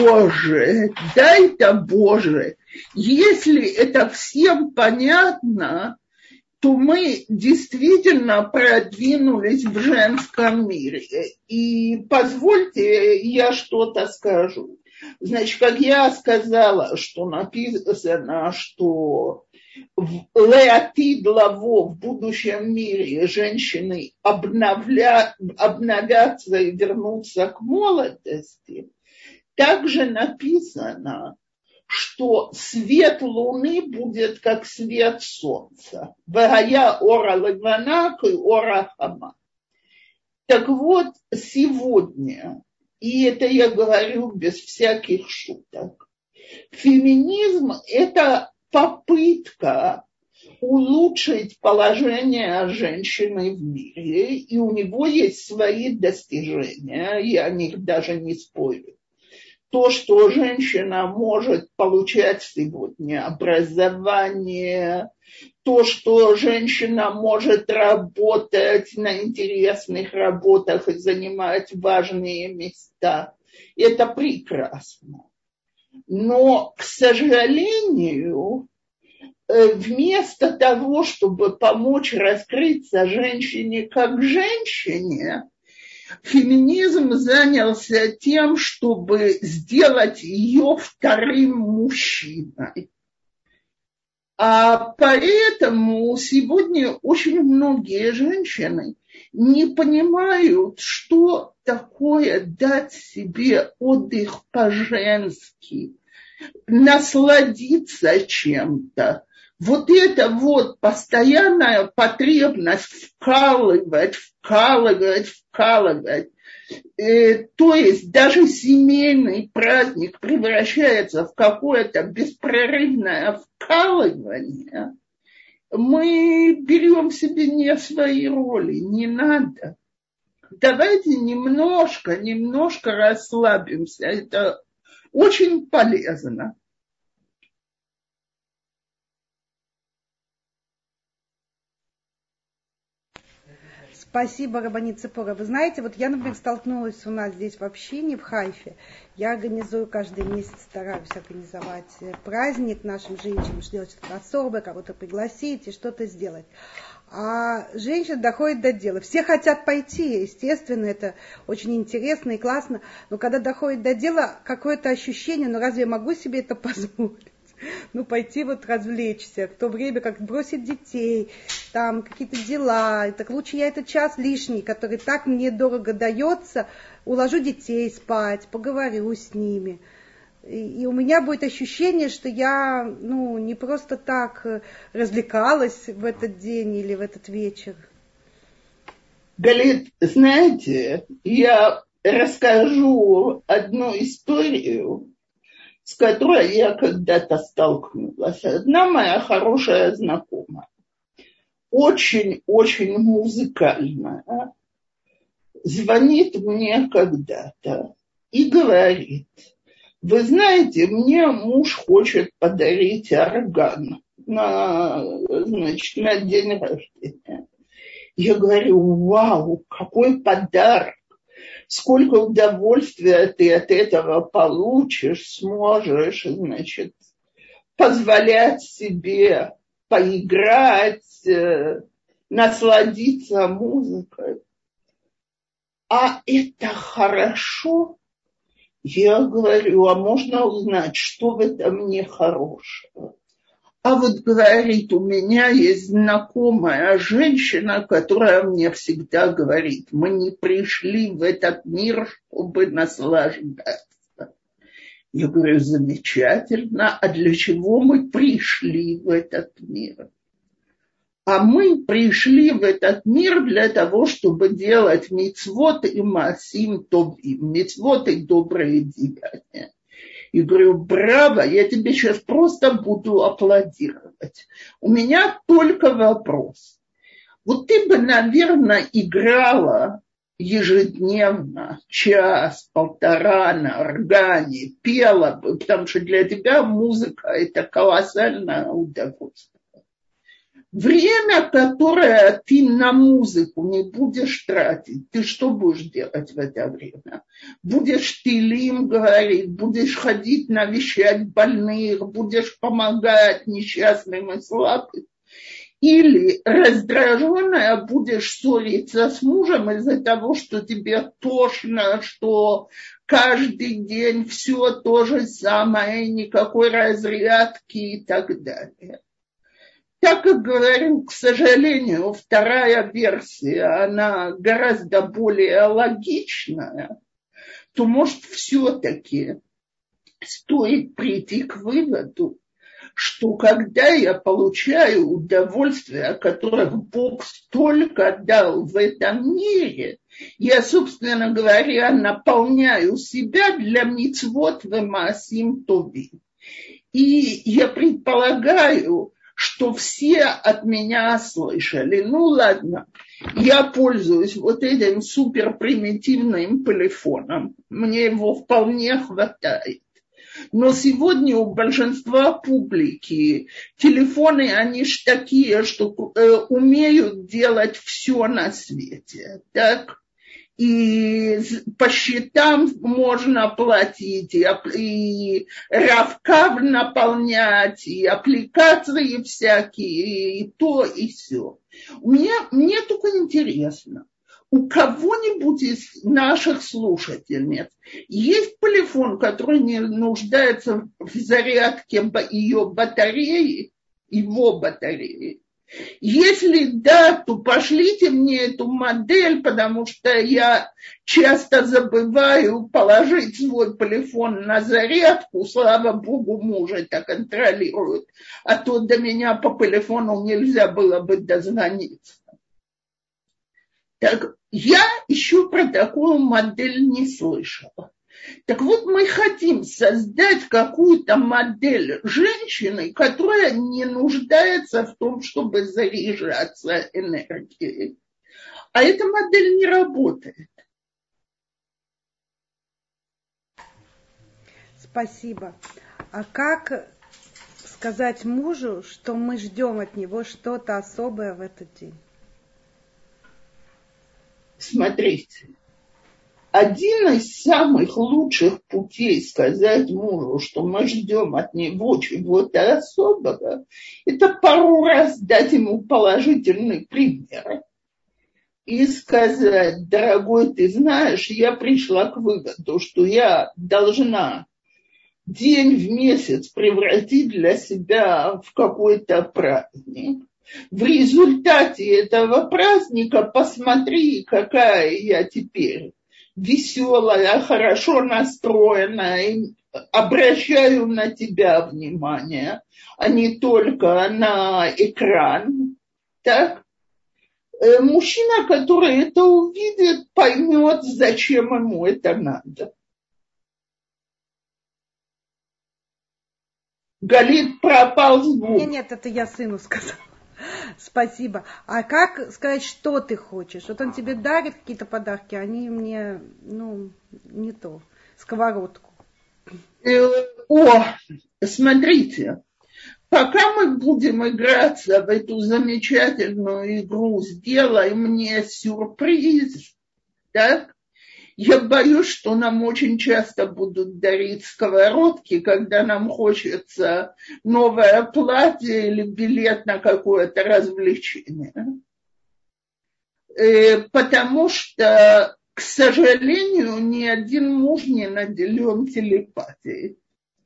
Боже, если это всем понятно, то мы действительно продвинулись в женском мире. И позвольте, я что-то скажу. Значит, как я сказала, что написано, что в Леотид Лаво, в будущем мире, женщины обновятся и вернутся к молодости, также написано, что свет луны будет как свет солнца. Вая ора левана и ора хама. Так вот, сегодня, и это я говорю без всяких шуток, феминизм – это попытка улучшить положение женщины в мире, и у него есть свои достижения, я о них даже не спорю. То, что женщина может получать сегодня образование, то, что женщина может работать на интересных работах и занимать важные места, это прекрасно. Но, к сожалению, вместо того, чтобы помочь раскрыться женщине как женщине, феминизм занялся тем, чтобы сделать ее вторым мужчиной. А поэтому сегодня очень многие женщины не понимают, что такое дать себе отдых по-женски, насладиться чем-то. Вот это вот постоянная потребность вкалывать. То есть даже семейный праздник превращается в какое-то беспрерывное вкалывание. Мы берем себе не свои роли, не надо. Давайте немножко расслабимся. Это очень полезно. Спасибо, Рабанит Ципора. Вы знаете, вот я, например, столкнулась у нас здесь в общине, в Хайфе. Я организую каждый месяц, стараюсь организовать праздник нашим женщинам, сделать что-то особое, кого-то пригласить и что-то сделать. А женщина доходит до дела. Все хотят пойти, естественно, это очень интересно и классно, но когда доходит до дела, какое-то ощущение, ну разве я могу себе это позволить? Ну, пойти вот развлечься, в то время как бросить детей, там какие-то дела. Так лучше я этот час лишний, который так мне дорого дается, уложу детей спать, поговорю с ними. И у меня будет ощущение, что я, не просто так развлекалась в этот день или в этот вечер. Галит, знаете, я расскажу одну историю, с которой я когда-то столкнулась. Одна моя хорошая знакомая, очень музыкальная, звонит мне когда-то и говорит: вы знаете, мне муж хочет подарить орган на день рождения. Я говорю: вау, какой подарок! Сколько удовольствия ты от этого получишь, сможешь, позволять себе поиграть, насладиться музыкой. а это хорошо? Я говорю, а можно узнать, что в этом нехорошего? А вот говорит, у меня есть знакомая женщина, которая мне всегда говорит, мы не пришли в этот мир, чтобы наслаждаться. Я говорю, замечательно, а для чего мы пришли в этот мир? А мы пришли в этот мир для того, чтобы делать мицвот и маасим товим, мицвот и добрые деяния. И говорю, браво, я тебе сейчас просто буду аплодировать. У меня только вопрос. Вот ты бы, наверное, играла ежедневно, час-полтора на органе, пела бы, потому что для тебя музыка – это колоссальное удовольствие. Время, которое ты на музыку не будешь тратить, ты что будешь делать в это время? Будешь тилим говорить, будешь ходить навещать больных, будешь помогать несчастным и слабым? Или раздраженная будешь ссориться с мужем из-за того, что тебе тошно, что каждый день все то же самое, никакой разрядки и так далее. Так как говорю, к сожалению, вторая версия, она гораздо более логичная, то, может, все-таки стоит прийти к выводу, что когда я получаю удовольствие, которое Бог столько дал в этом мире, я, собственно говоря, наполняю себя для мицвот ве маасим товим. И я предполагаю, что все от меня слышали. Ну ладно, я пользуюсь вот этим суперпримитивным телефоном. Мне его вполне хватает. Но сегодня у большинства публики телефоны, они ж такие, что умеют делать все на свете. Так? И по счетам можно платить, и равкав наполнять, и аппликации всякие, и то, и все. Мне только интересно, у кого-нибудь из наших слушательниц есть телефон, который не нуждается в зарядке ее батареи, его батареи? Если да, то пошлите мне эту модель, потому что я часто забываю положить свой телефон на зарядку. Слава богу, муж это контролирует. А то до меня по телефону нельзя было бы дозвониться. Так я еще про такую модель не слышала. Так вот, мы хотим создать какую-то модель женщины, которая не нуждается в том, чтобы заряжаться энергией. А эта модель не работает. Спасибо. А как сказать мужу, что мы ждем от него что-то особое в этот день? Смотрите. Один из самых лучших путей сказать мужу, что мы ждем от него чего-то особого, это пару раз дать ему положительный пример и сказать, дорогой, ты знаешь, я пришла к выводу, что я должна день в месяц превратить для себя в какой-то праздник. В результате этого праздника посмотри, какая я теперь веселая, хорошо настроенная, обращаю на тебя внимание, а не только на экран. Так? Мужчина, который это увидит, поймет, зачем ему это надо. Галит, пропал звук. Нет, это я сыну сказала. Спасибо. А как сказать, что ты хочешь? Вот он тебе дарит какие-то подарки, они мне, не то, сковородку. Смотрите, пока мы будем играться в эту замечательную игру «Сделай мне сюрприз», так, я боюсь, что нам очень часто будут дарить сковородки, когда нам хочется новое платье или билет на какое-то развлечение. Потому что К сожалению, ни один муж не наделен телепатией.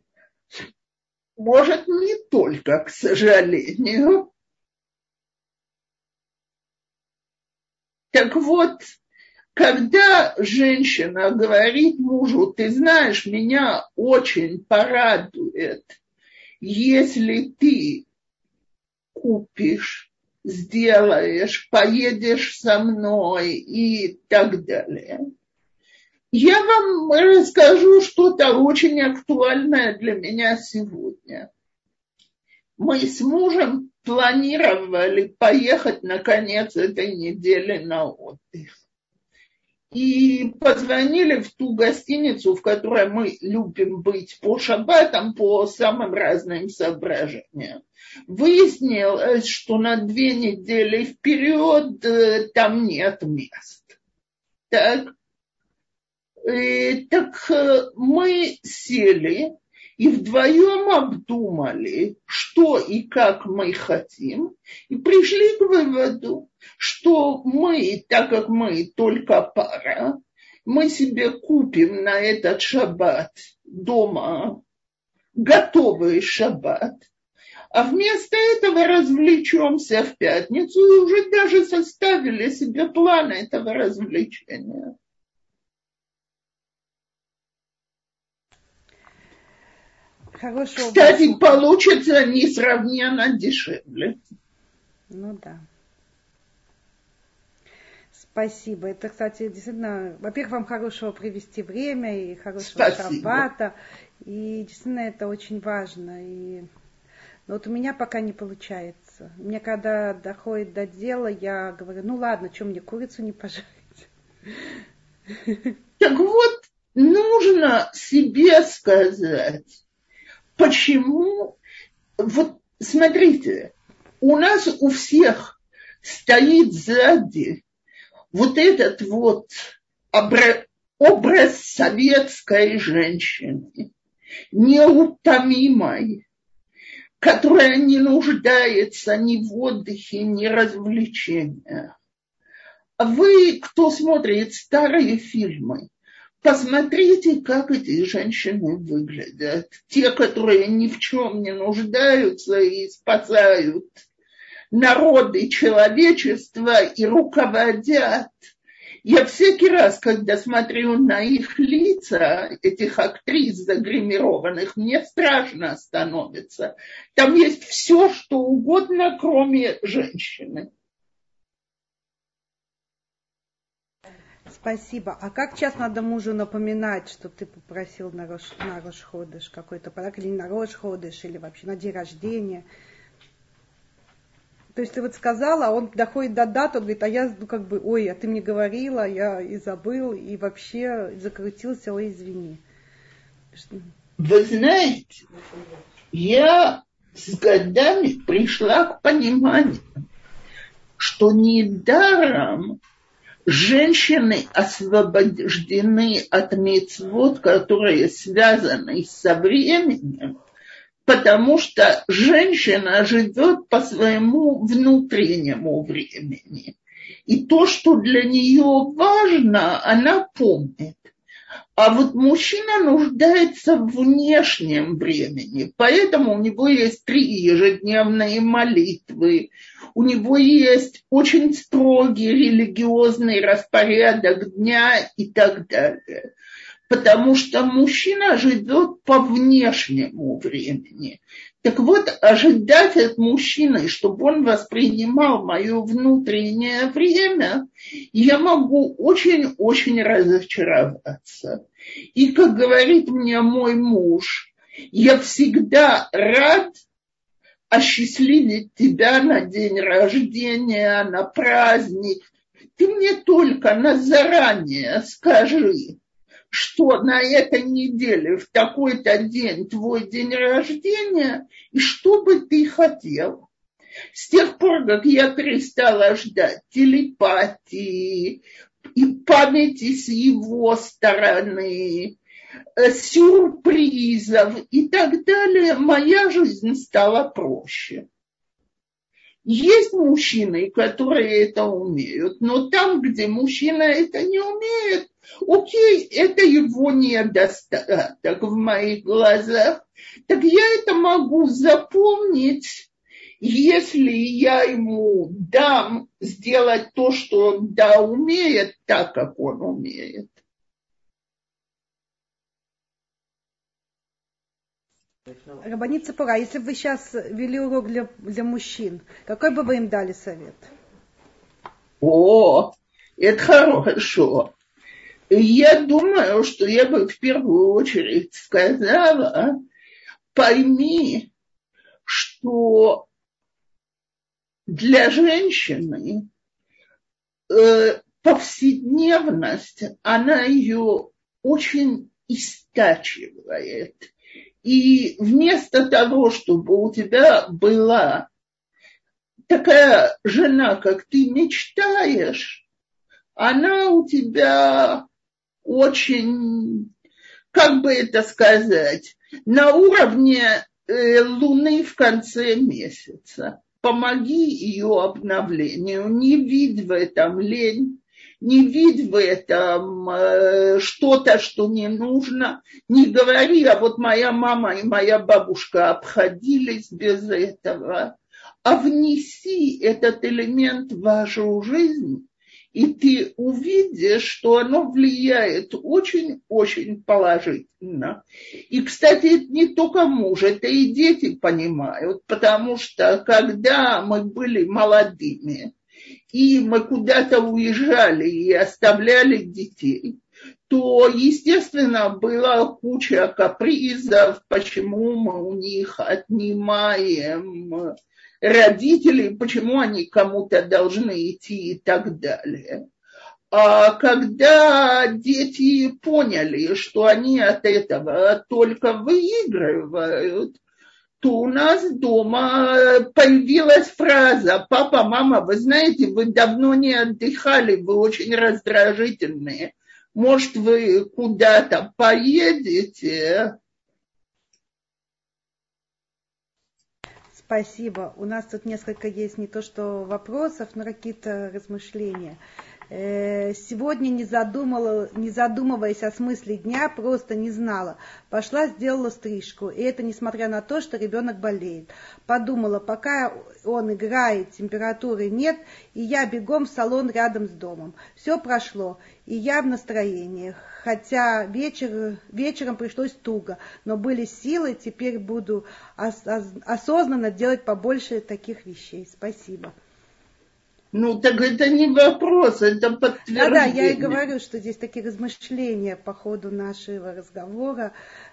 Может, не только к сожалению. Так вот, когда женщина говорит мужу: ты знаешь, меня очень порадует, если ты купишь, сделаешь, поедешь со мной и так далее. Я вам расскажу что-то очень актуальное для меня сегодня. Мы с мужем планировали поехать на конец этой недели на отдых. И позвонили в ту гостиницу, в которой мы любим быть по шаббатам, по самым разным соображениям. Выяснилось, что на 2 недели вперед там нет мест. Так мы сели и вдвоем обдумали, что и как мы хотим, и пришли к выводу, что мы, так как мы только пара, мы себе купим на этот шаббат дома готовый шаббат, а вместо этого развлечемся в пятницу и уже даже составили себе план этого развлечения. Хорошо. Кстати, получится несравненно дешевле. Ну да. Спасибо. Это, кстати, действительно, во-первых, вам хорошего провести время и хорошего шаббата. И действительно это очень важно. Но вот у меня пока не получается. Мне когда доходит до дела, я говорю: ну ладно, что мне курицу не пожарить? Так вот, нужно себе сказать, почему, вот смотрите, у нас у всех стоит сзади вот этот вот образ советской женщины, неутомимой, которая не нуждается ни в отдыхе, ни в развлечениях. А вы, кто смотрит старые фильмы, посмотрите, как эти женщины выглядят. Те, которые ни в чем не нуждаются и спасают народы человечества и руководят. Я всякий раз, когда смотрю на их лица, этих актрис загримированных, мне страшно становится. Там есть все, что угодно, кроме женщины. Спасибо. А как часто надо мужу напоминать, что ты попросил на Рош Ходеш какой-то подарок, или не на Рош Ходеш, или вообще на день рождения? То есть ты вот сказала, а он доходит до даты, он говорит: а я ой, а ты мне говорила, я и забыл, и вообще закрутился, ой, извини. Вы знаете, я с годами пришла к пониманию, что недаром женщины освобождены от мицвот, которые связаны со временем, потому что женщина живет по своему внутреннему времени. И то, что для нее важно, она помнит. А вот мужчина нуждается в внешнем времени, поэтому у него есть 3 ежедневные молитвы, у него есть очень строгий религиозный распорядок дня и так далее. Потому что мужчина живет по внешнему времени. Так вот, ожидать от мужчины, чтобы он воспринимал мое внутреннее время, я могу очень-очень разочароваться. И, как говорит мне мой муж, я всегда рад осчастливить тебя на день рождения, на праздник. Ты мне только заранее скажи, что на этой неделе в такой-то день твой день рождения, и что бы ты хотел. С тех пор, как я перестала ждать телепатии и памяти с его стороны, сюрпризов и так далее, моя жизнь стала проще. Есть мужчины, которые это умеют, но там, где мужчина это не умеет, окей, это его недостаток в моих глазах, так я это могу запомнить, если я ему дам сделать то, что он умеет, так, как он умеет. Рабанит Ципора, если бы вы сейчас вели урок для мужчин, какой бы вы им дали совет? О, это хорошо. Я думаю, что я бы в первую очередь сказала, пойми, что для женщины повседневность, она ее очень истачивает. И вместо того, чтобы у тебя была такая жена, как ты мечтаешь, она у тебя очень, как бы это сказать, на уровне Луны в конце месяца. Помоги ее обновлению. Не видь в этом лень, не видь в этом что-то, что не нужно. Не говори, а вот моя мама и моя бабушка обходились без этого. А внеси этот элемент в вашу жизнь, и ты увидишь, что оно влияет очень-очень положительно. И, кстати, это не только муж, это и дети понимают, потому что когда мы были молодыми, и мы куда-то уезжали и оставляли детей, то, естественно, была куча капризов, почему мы у них отнимаем родителей, почему они кому-то должны идти и так далее. А когда дети поняли, что они от этого только выигрывают, то у нас дома появилась фраза: папа, мама, вы знаете, вы давно не отдыхали, вы очень раздражительные. Может, вы куда-то поедете? Спасибо. У нас тут несколько есть не то что вопросов, но какие-то размышления. Сегодня не задумываясь о смысле дня, просто не знала. Пошла, сделала стрижку. И это несмотря на то, что ребенок болеет. Подумала, пока он играет, температуры нет, и я бегом в салон рядом с домом. Все прошло, и я в настроении. Хотя вечером пришлось туго, но были силы, теперь буду осознанно делать побольше таких вещей. Спасибо. Ну, так это не вопрос, это подтверждение. Да, я и говорю, что здесь такие размышления по ходу нашего разговора.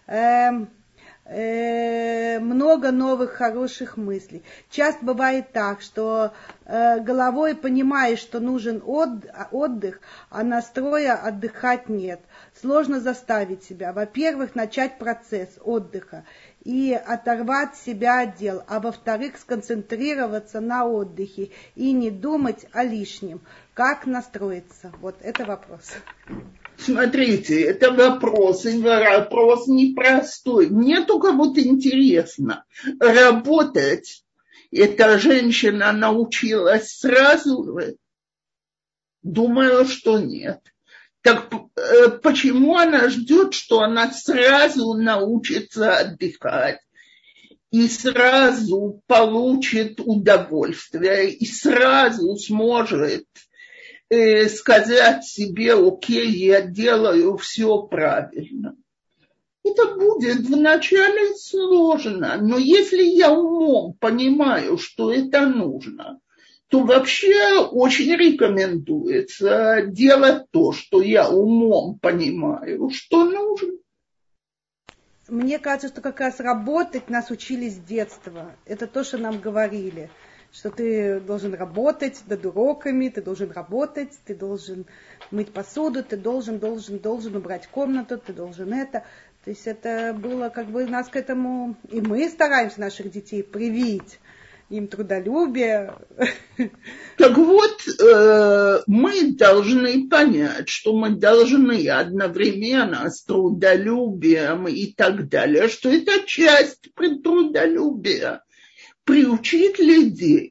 Много новых хороших мыслей. Часто бывает так, что головой понимаешь, что нужен отдых, а настроя отдыхать нет. Сложно заставить себя. Во-первых, начать процесс отдыха и оторвать себя от дел, а во-вторых, сконцентрироваться на отдыхе и не думать о лишнем. Как настроиться? Вот это вопрос. Смотрите, это вопрос, и вопрос непростой. Мне только вот интересно, работать эта женщина научилась сразу же? Думаю, что нет. Так почему она ждет, что она сразу научится отдыхать и сразу получит удовольствие, и сразу сможет сказать себе: окей, я делаю все правильно? Это будет вначале сложно, но если я умом понимаю, что это нужно, то вообще очень рекомендуется делать то, что я умом понимаю, что нужно. Мне кажется, что как раз работать нас учили с детства. Это то, что нам говорили, что ты должен работать над уроками, ты должен работать, ты должен мыть посуду, ты должен убрать комнату, ты должен это. То есть это было как бы нас к этому, и мы стараемся наших детей привить им трудолюбие. Так вот, мы должны понять, что мы должны одновременно с трудолюбием и так далее, что это часть трудолюбия, приучить людей,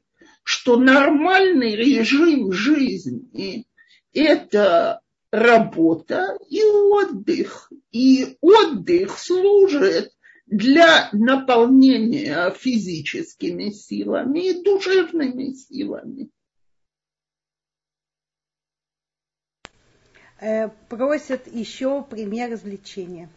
что нормальный режим жизни – это работа и отдых. И отдых служит для наполнения физическими силами и душевными силами. Просят еще пример развлечения.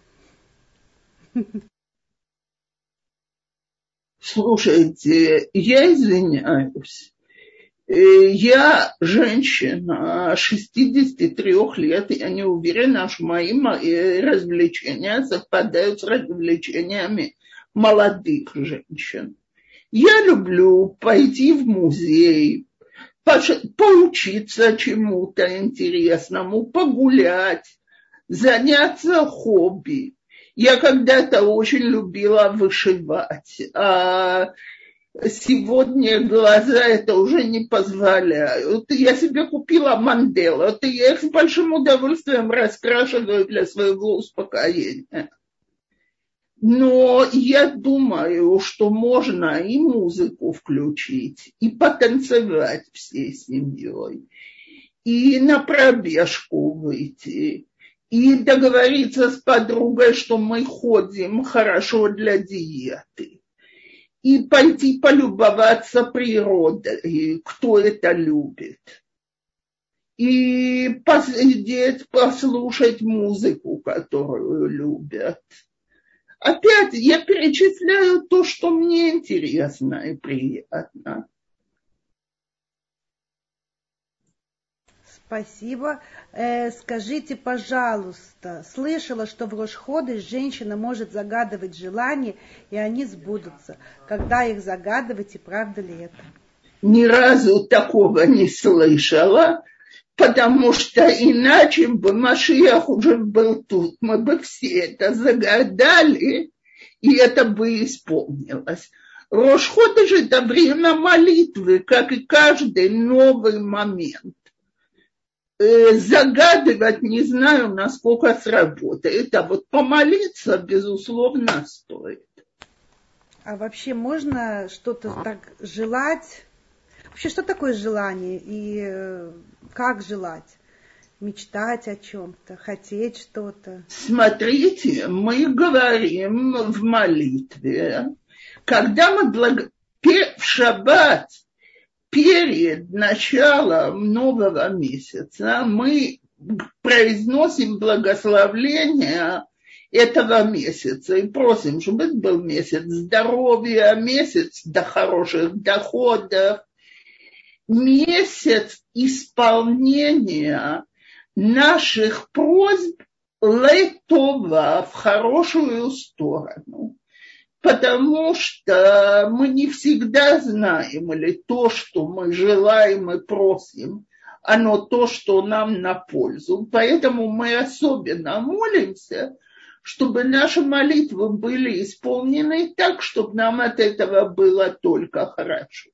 Слушайте, я извиняюсь. Я женщина 63 лет, я не уверена, что мои развлечения совпадают с развлечениями молодых женщин. Я люблю пойти в музей, поучиться чему-то интересному, погулять, заняться хобби. Я когда-то очень любила вышивать, а сегодня глаза это уже не позволяют. Я себе купила манделы, я их с большим удовольствием раскрашиваю для своего успокоения. Но я думаю, что можно и музыку включить, и потанцевать всей семьей, и на пробежку выйти, и договориться с подругой, что мы ходим хорошо для диеты, и пойти полюбоваться природой, кто это любит, и посидеть, послушать музыку, которую любят. Опять я перечисляю то, что мне интересно и приятно. Спасибо. Скажите, пожалуйста, слышала, что в Рош-ходеш женщина может загадывать желания, и они сбудутся. Когда их загадывать, и правда ли это? Ни разу такого не слышала, потому что иначе бы Машиах уже был тут. Мы бы все это загадали, и это бы исполнилось. Рош-ходеш – это время молитвы, как и каждый новый момент. Загадывать не знаю, насколько сработает, а вот помолиться, безусловно, стоит. А вообще можно что-то так желать? Вообще, что такое желание и как желать? Мечтать о чем-то, хотеть что-то? Смотрите, мы говорим в молитве, когда мы в шаббат, перед началом нового месяца мы произносим благословление этого месяца и просим, чтобы это был месяц здоровья, месяц до хороших доходов, месяц исполнения наших просьб летова в хорошую сторону. Потому что мы не всегда знаем, или то, что мы желаем и просим, оно то, что нам на пользу. Поэтому мы особенно молимся, чтобы наши молитвы были исполнены так, чтобы нам от этого было только хорошо.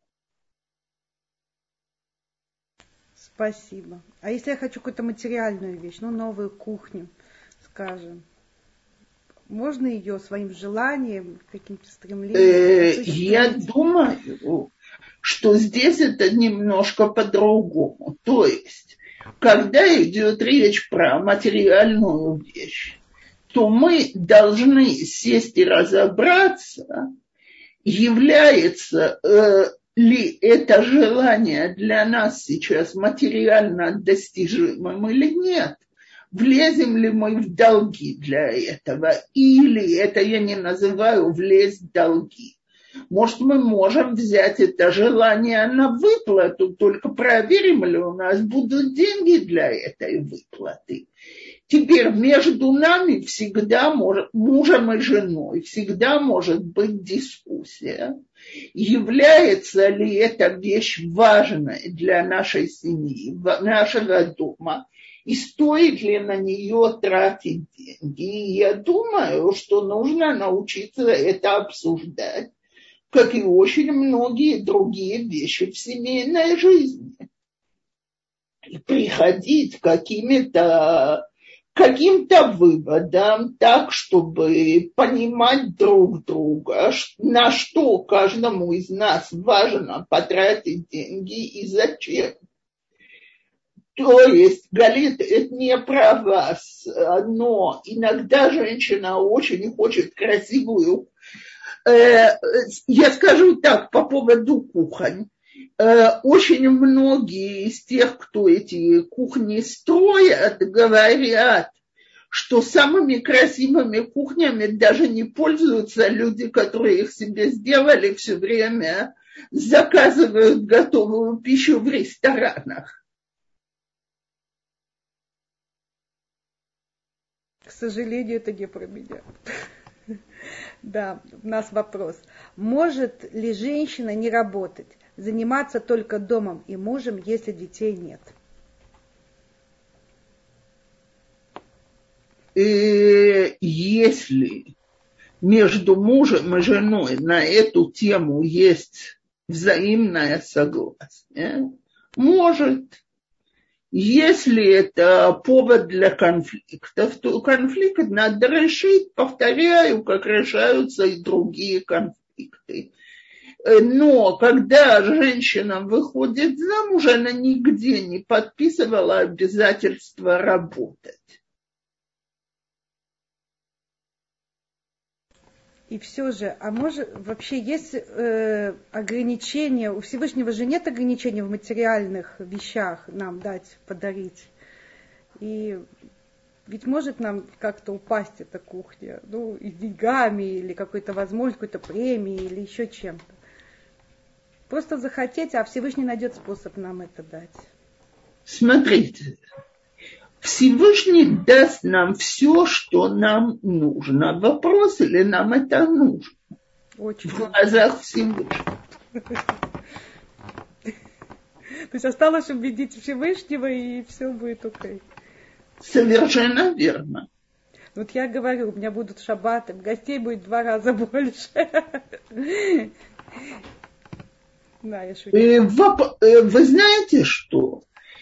Спасибо. А если я хочу какую-то материальную вещь, новую кухню, скажем, можно ее своим желанием, каким-то стремлением? Я думаю, что здесь это немножко по-другому. То есть, когда идет речь про материальную вещь, то мы должны сесть и разобраться, является ли это желание для нас сейчас материально достижимым или нет. Влезем ли мы в долги для этого, или это я не называю влезть в долги. Может, мы можем взять это желание на выплату, только проверим ли у нас будут деньги для этой выплаты. Теперь между нами всегда, мужем и женой, всегда может быть дискуссия, является ли эта вещь важной для нашей семьи, нашего дома, и стоит ли на нее тратить деньги. И я думаю, что нужно научиться это обсуждать, как и очень многие другие вещи в семейной жизни. И приходить к какими-то каким-то выводам, так, чтобы понимать друг друга, на что каждому из нас важно потратить деньги и зачем. То есть, Галит, это не про вас, но иногда женщина очень хочет красивую. Я скажу так по поводу кухонь. Очень многие из тех, кто эти кухни строят, говорят, что самыми красивыми кухнями даже не пользуются люди, которые их себе сделали, все время заказывают готовую пищу в ресторанах. К сожалению, это не про меня. Да, у нас вопрос. Может ли женщина не работать, заниматься только домом и мужем, если детей нет? Если между мужем и женой на эту тему есть взаимное согласие, может. Если это повод для конфликтов, то конфликт надо решить, повторяю, как решаются и другие конфликты. Но когда женщина выходит замуж, она нигде не подписывала обязательства работать. И все же, а может, вообще есть ограничения, у Всевышнего же нет ограничений в материальных вещах нам дать, подарить. И ведь может нам как-то упасть эта кухня, ну, и деньгами, или какой-то возможностью, какой-то премией, или еще чем-то. Просто захотеть, а Всевышний найдет способ нам это дать. Смотрите, Всевышний даст нам все, что нам нужно. Вопрос, или нам это нужно? Очень. В глазах Всевышнего. То есть осталось убедить Всевышнего, и все будет окей. Совершенно верно. Вот я говорю, у меня будут шаббаты, гостей будет 2 раза больше. Да, я шучу. Вы знаете что?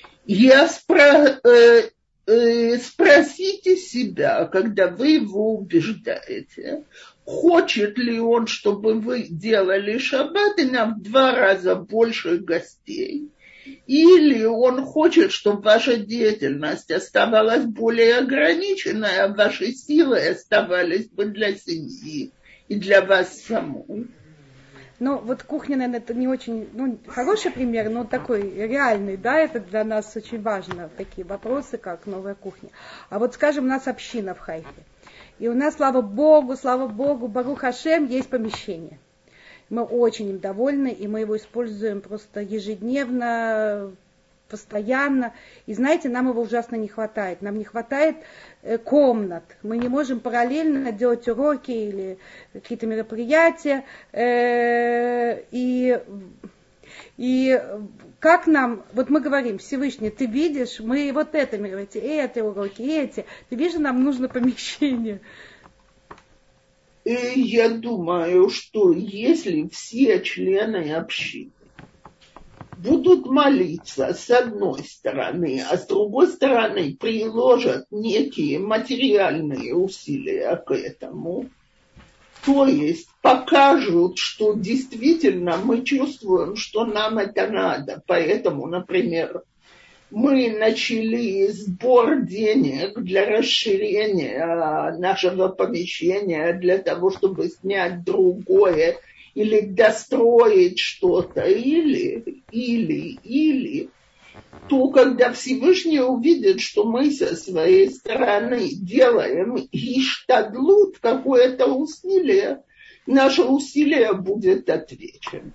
Спросите себя, когда вы его убеждаете, хочет ли он, чтобы вы делали шаббат и нам в 2 раза больше гостей, или он хочет, чтобы ваша деятельность оставалась более ограниченной, а ваши силы оставались бы для семьи и для вас самой. Ну, вот кухня, наверное, это не очень, ну, хороший пример, но такой реальный, да, это для нас очень важно, такие вопросы, как новая кухня. А вот, скажем, у нас община в Хайфе, и у нас, слава Богу, Барух Хашем, есть помещение. Мы очень им довольны, и мы его используем просто ежедневно, постоянно. И знаете, нам его ужасно не хватает. Нам не хватает комнат. Мы не можем параллельно делать уроки или какие-то мероприятия. И как нам, вот мы говорим, Всевышний, ты видишь, мы вот это мероприятие, эти уроки, эти. Ты видишь, нам нужно помещение. И я думаю, что если все члены общины будут молиться с одной стороны, а с другой стороны приложат некие материальные усилия к этому, то есть покажут, что действительно мы чувствуем, что нам это надо. Поэтому, например, мы начали сбор денег для расширения нашего помещения, для того, чтобы снять другое, или достроить что-то, или, то когда Всевышний увидит, что мы со своей стороны делаем иштадлут, какое-то усилие, наше усилие будет отвечено.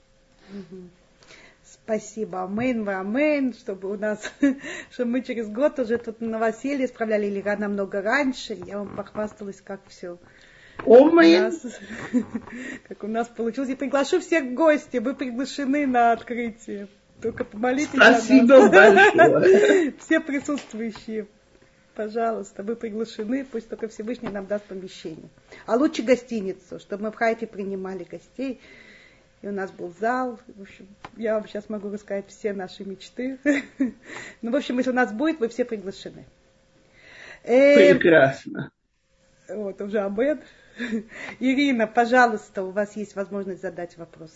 Спасибо, амин, чтобы у нас, чтобы мы через год уже тут новоселье справляли, или намного раньше, я вам похвасталась, как все. Как у нас получилось. И приглашу всех в гости. Вы приглашены на открытие. Только помолитесь за нас. Спасибо большое. Все присутствующие. Пожалуйста, вы приглашены. Пусть только Всевышний нам даст помещение. А лучше гостиницу, чтобы мы в Хайфе принимали гостей. И у нас был зал. В общем, я вам сейчас могу рассказать все наши мечты. Ну, в общем, если у нас будет, вы все приглашены. Прекрасно. Вот уже обед. Ирина, пожалуйста, у вас есть возможность задать вопрос.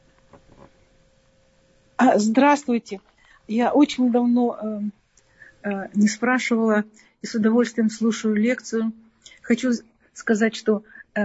Здравствуйте. Я очень давно не спрашивала и с удовольствием слушаю лекцию. Хочу сказать, что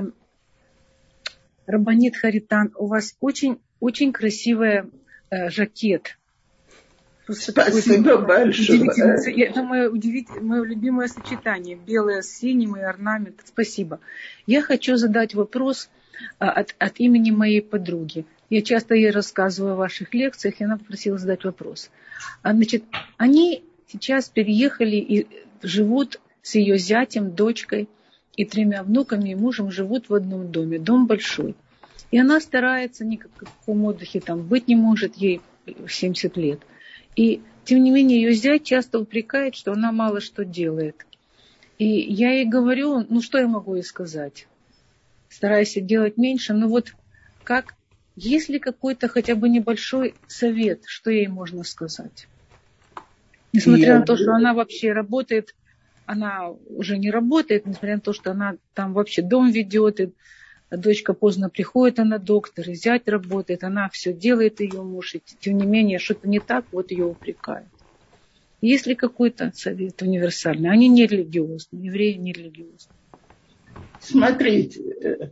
Рабанит Харитан, у вас очень, очень красивый жакет. Спасибо большое. Это мое любимое сочетание. Белое с синим и орнамент. Спасибо. Я хочу задать вопрос от имени моей подруги. Я часто ей рассказываю о ваших лекциях, и она попросила задать вопрос. Значит, они сейчас переехали и живут с ее зятем, дочкой и 3 внуками и мужем, живут в одном доме. Дом большой. И она старается, ни в каком отдыхе там быть не может, ей 70 лет. И, тем не менее, ее зять часто упрекает, что она мало что делает. И я ей говорю, что я могу ей сказать? Стараюсь делать меньше, но вот как, есть ли какой-то хотя бы небольшой совет, что ей можно сказать? Несмотря на то, что она вообще работает, она уже не работает, несмотря на то, что она там вообще дом ведет, и дочка поздно приходит, она доктор, и зять работает, она все делает, ее муж, и тем не менее что-то не так, вот ее упрекают. Есть ли какой-то совет универсальный? Они не религиозны, евреи не религиозны. Смотрите,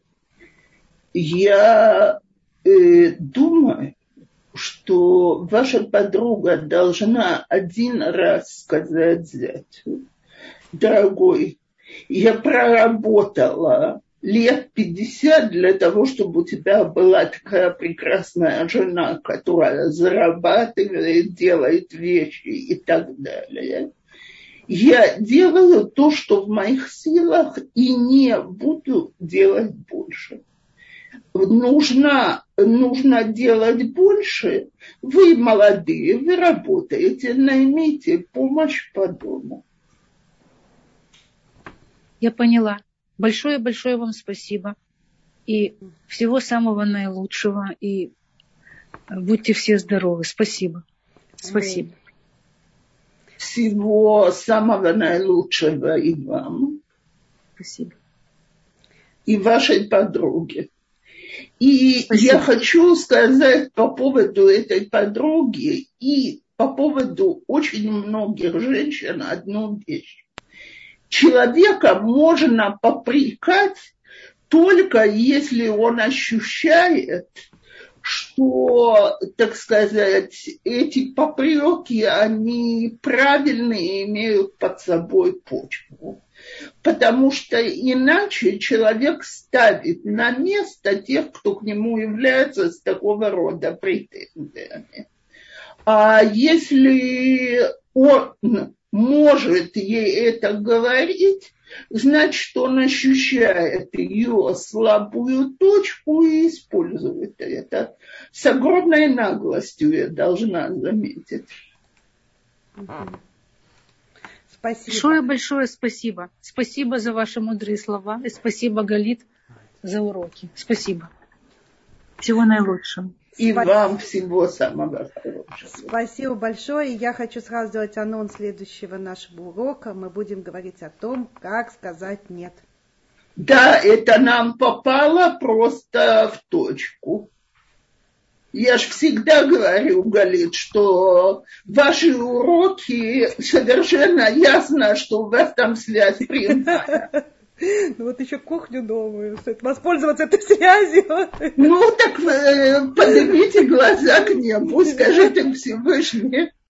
я думаю, что ваша подруга должна один раз сказать зятю: дорогой, я проработала лет 50 для того, чтобы у тебя была такая прекрасная жена, которая зарабатывает, делает вещи и так далее. Я делаю то, что в моих силах, и не буду делать больше. Нужно делать больше. Вы молодые, вы работаете, наймите помощь по дому. Я поняла. Большое-большое вам спасибо. И всего самого наилучшего. И будьте все здоровы. Спасибо. Спасибо. Всего самого наилучшего и вам. Спасибо. И вашей подруге. И Спасибо. я хочу сказать по поводу этой подруги и по поводу очень многих женщин одну вещь. Человека можно попрекать только если он ощущает, что, так сказать, эти попреки, они правильные, имеют под собой почву. Потому что иначе человек ставит на место тех, кто к нему является с такого рода претензиями. А если он может ей это говорить, значит, он ощущает ее слабую точку и использует это. С огромной наглостью, я должна заметить. Спасибо. Большое спасибо. Спасибо за ваши мудрые слова. И спасибо, Галит, за уроки. Спасибо. Всего наилучшего. И вам всего самого хорошего. Спасибо большое. И я хочу сразу сделать анонс следующего нашего урока. Мы будем говорить о том, как сказать «нет». Да, это нам попало просто в точку. Я же всегда говорю, Галит, что ваши уроки совершенно ясно, что у вас там связь прямая. Ну вот еще кухню новую, стоит воспользоваться этой связью. Ну так поднимите глаза к небу, скажите Всевышний,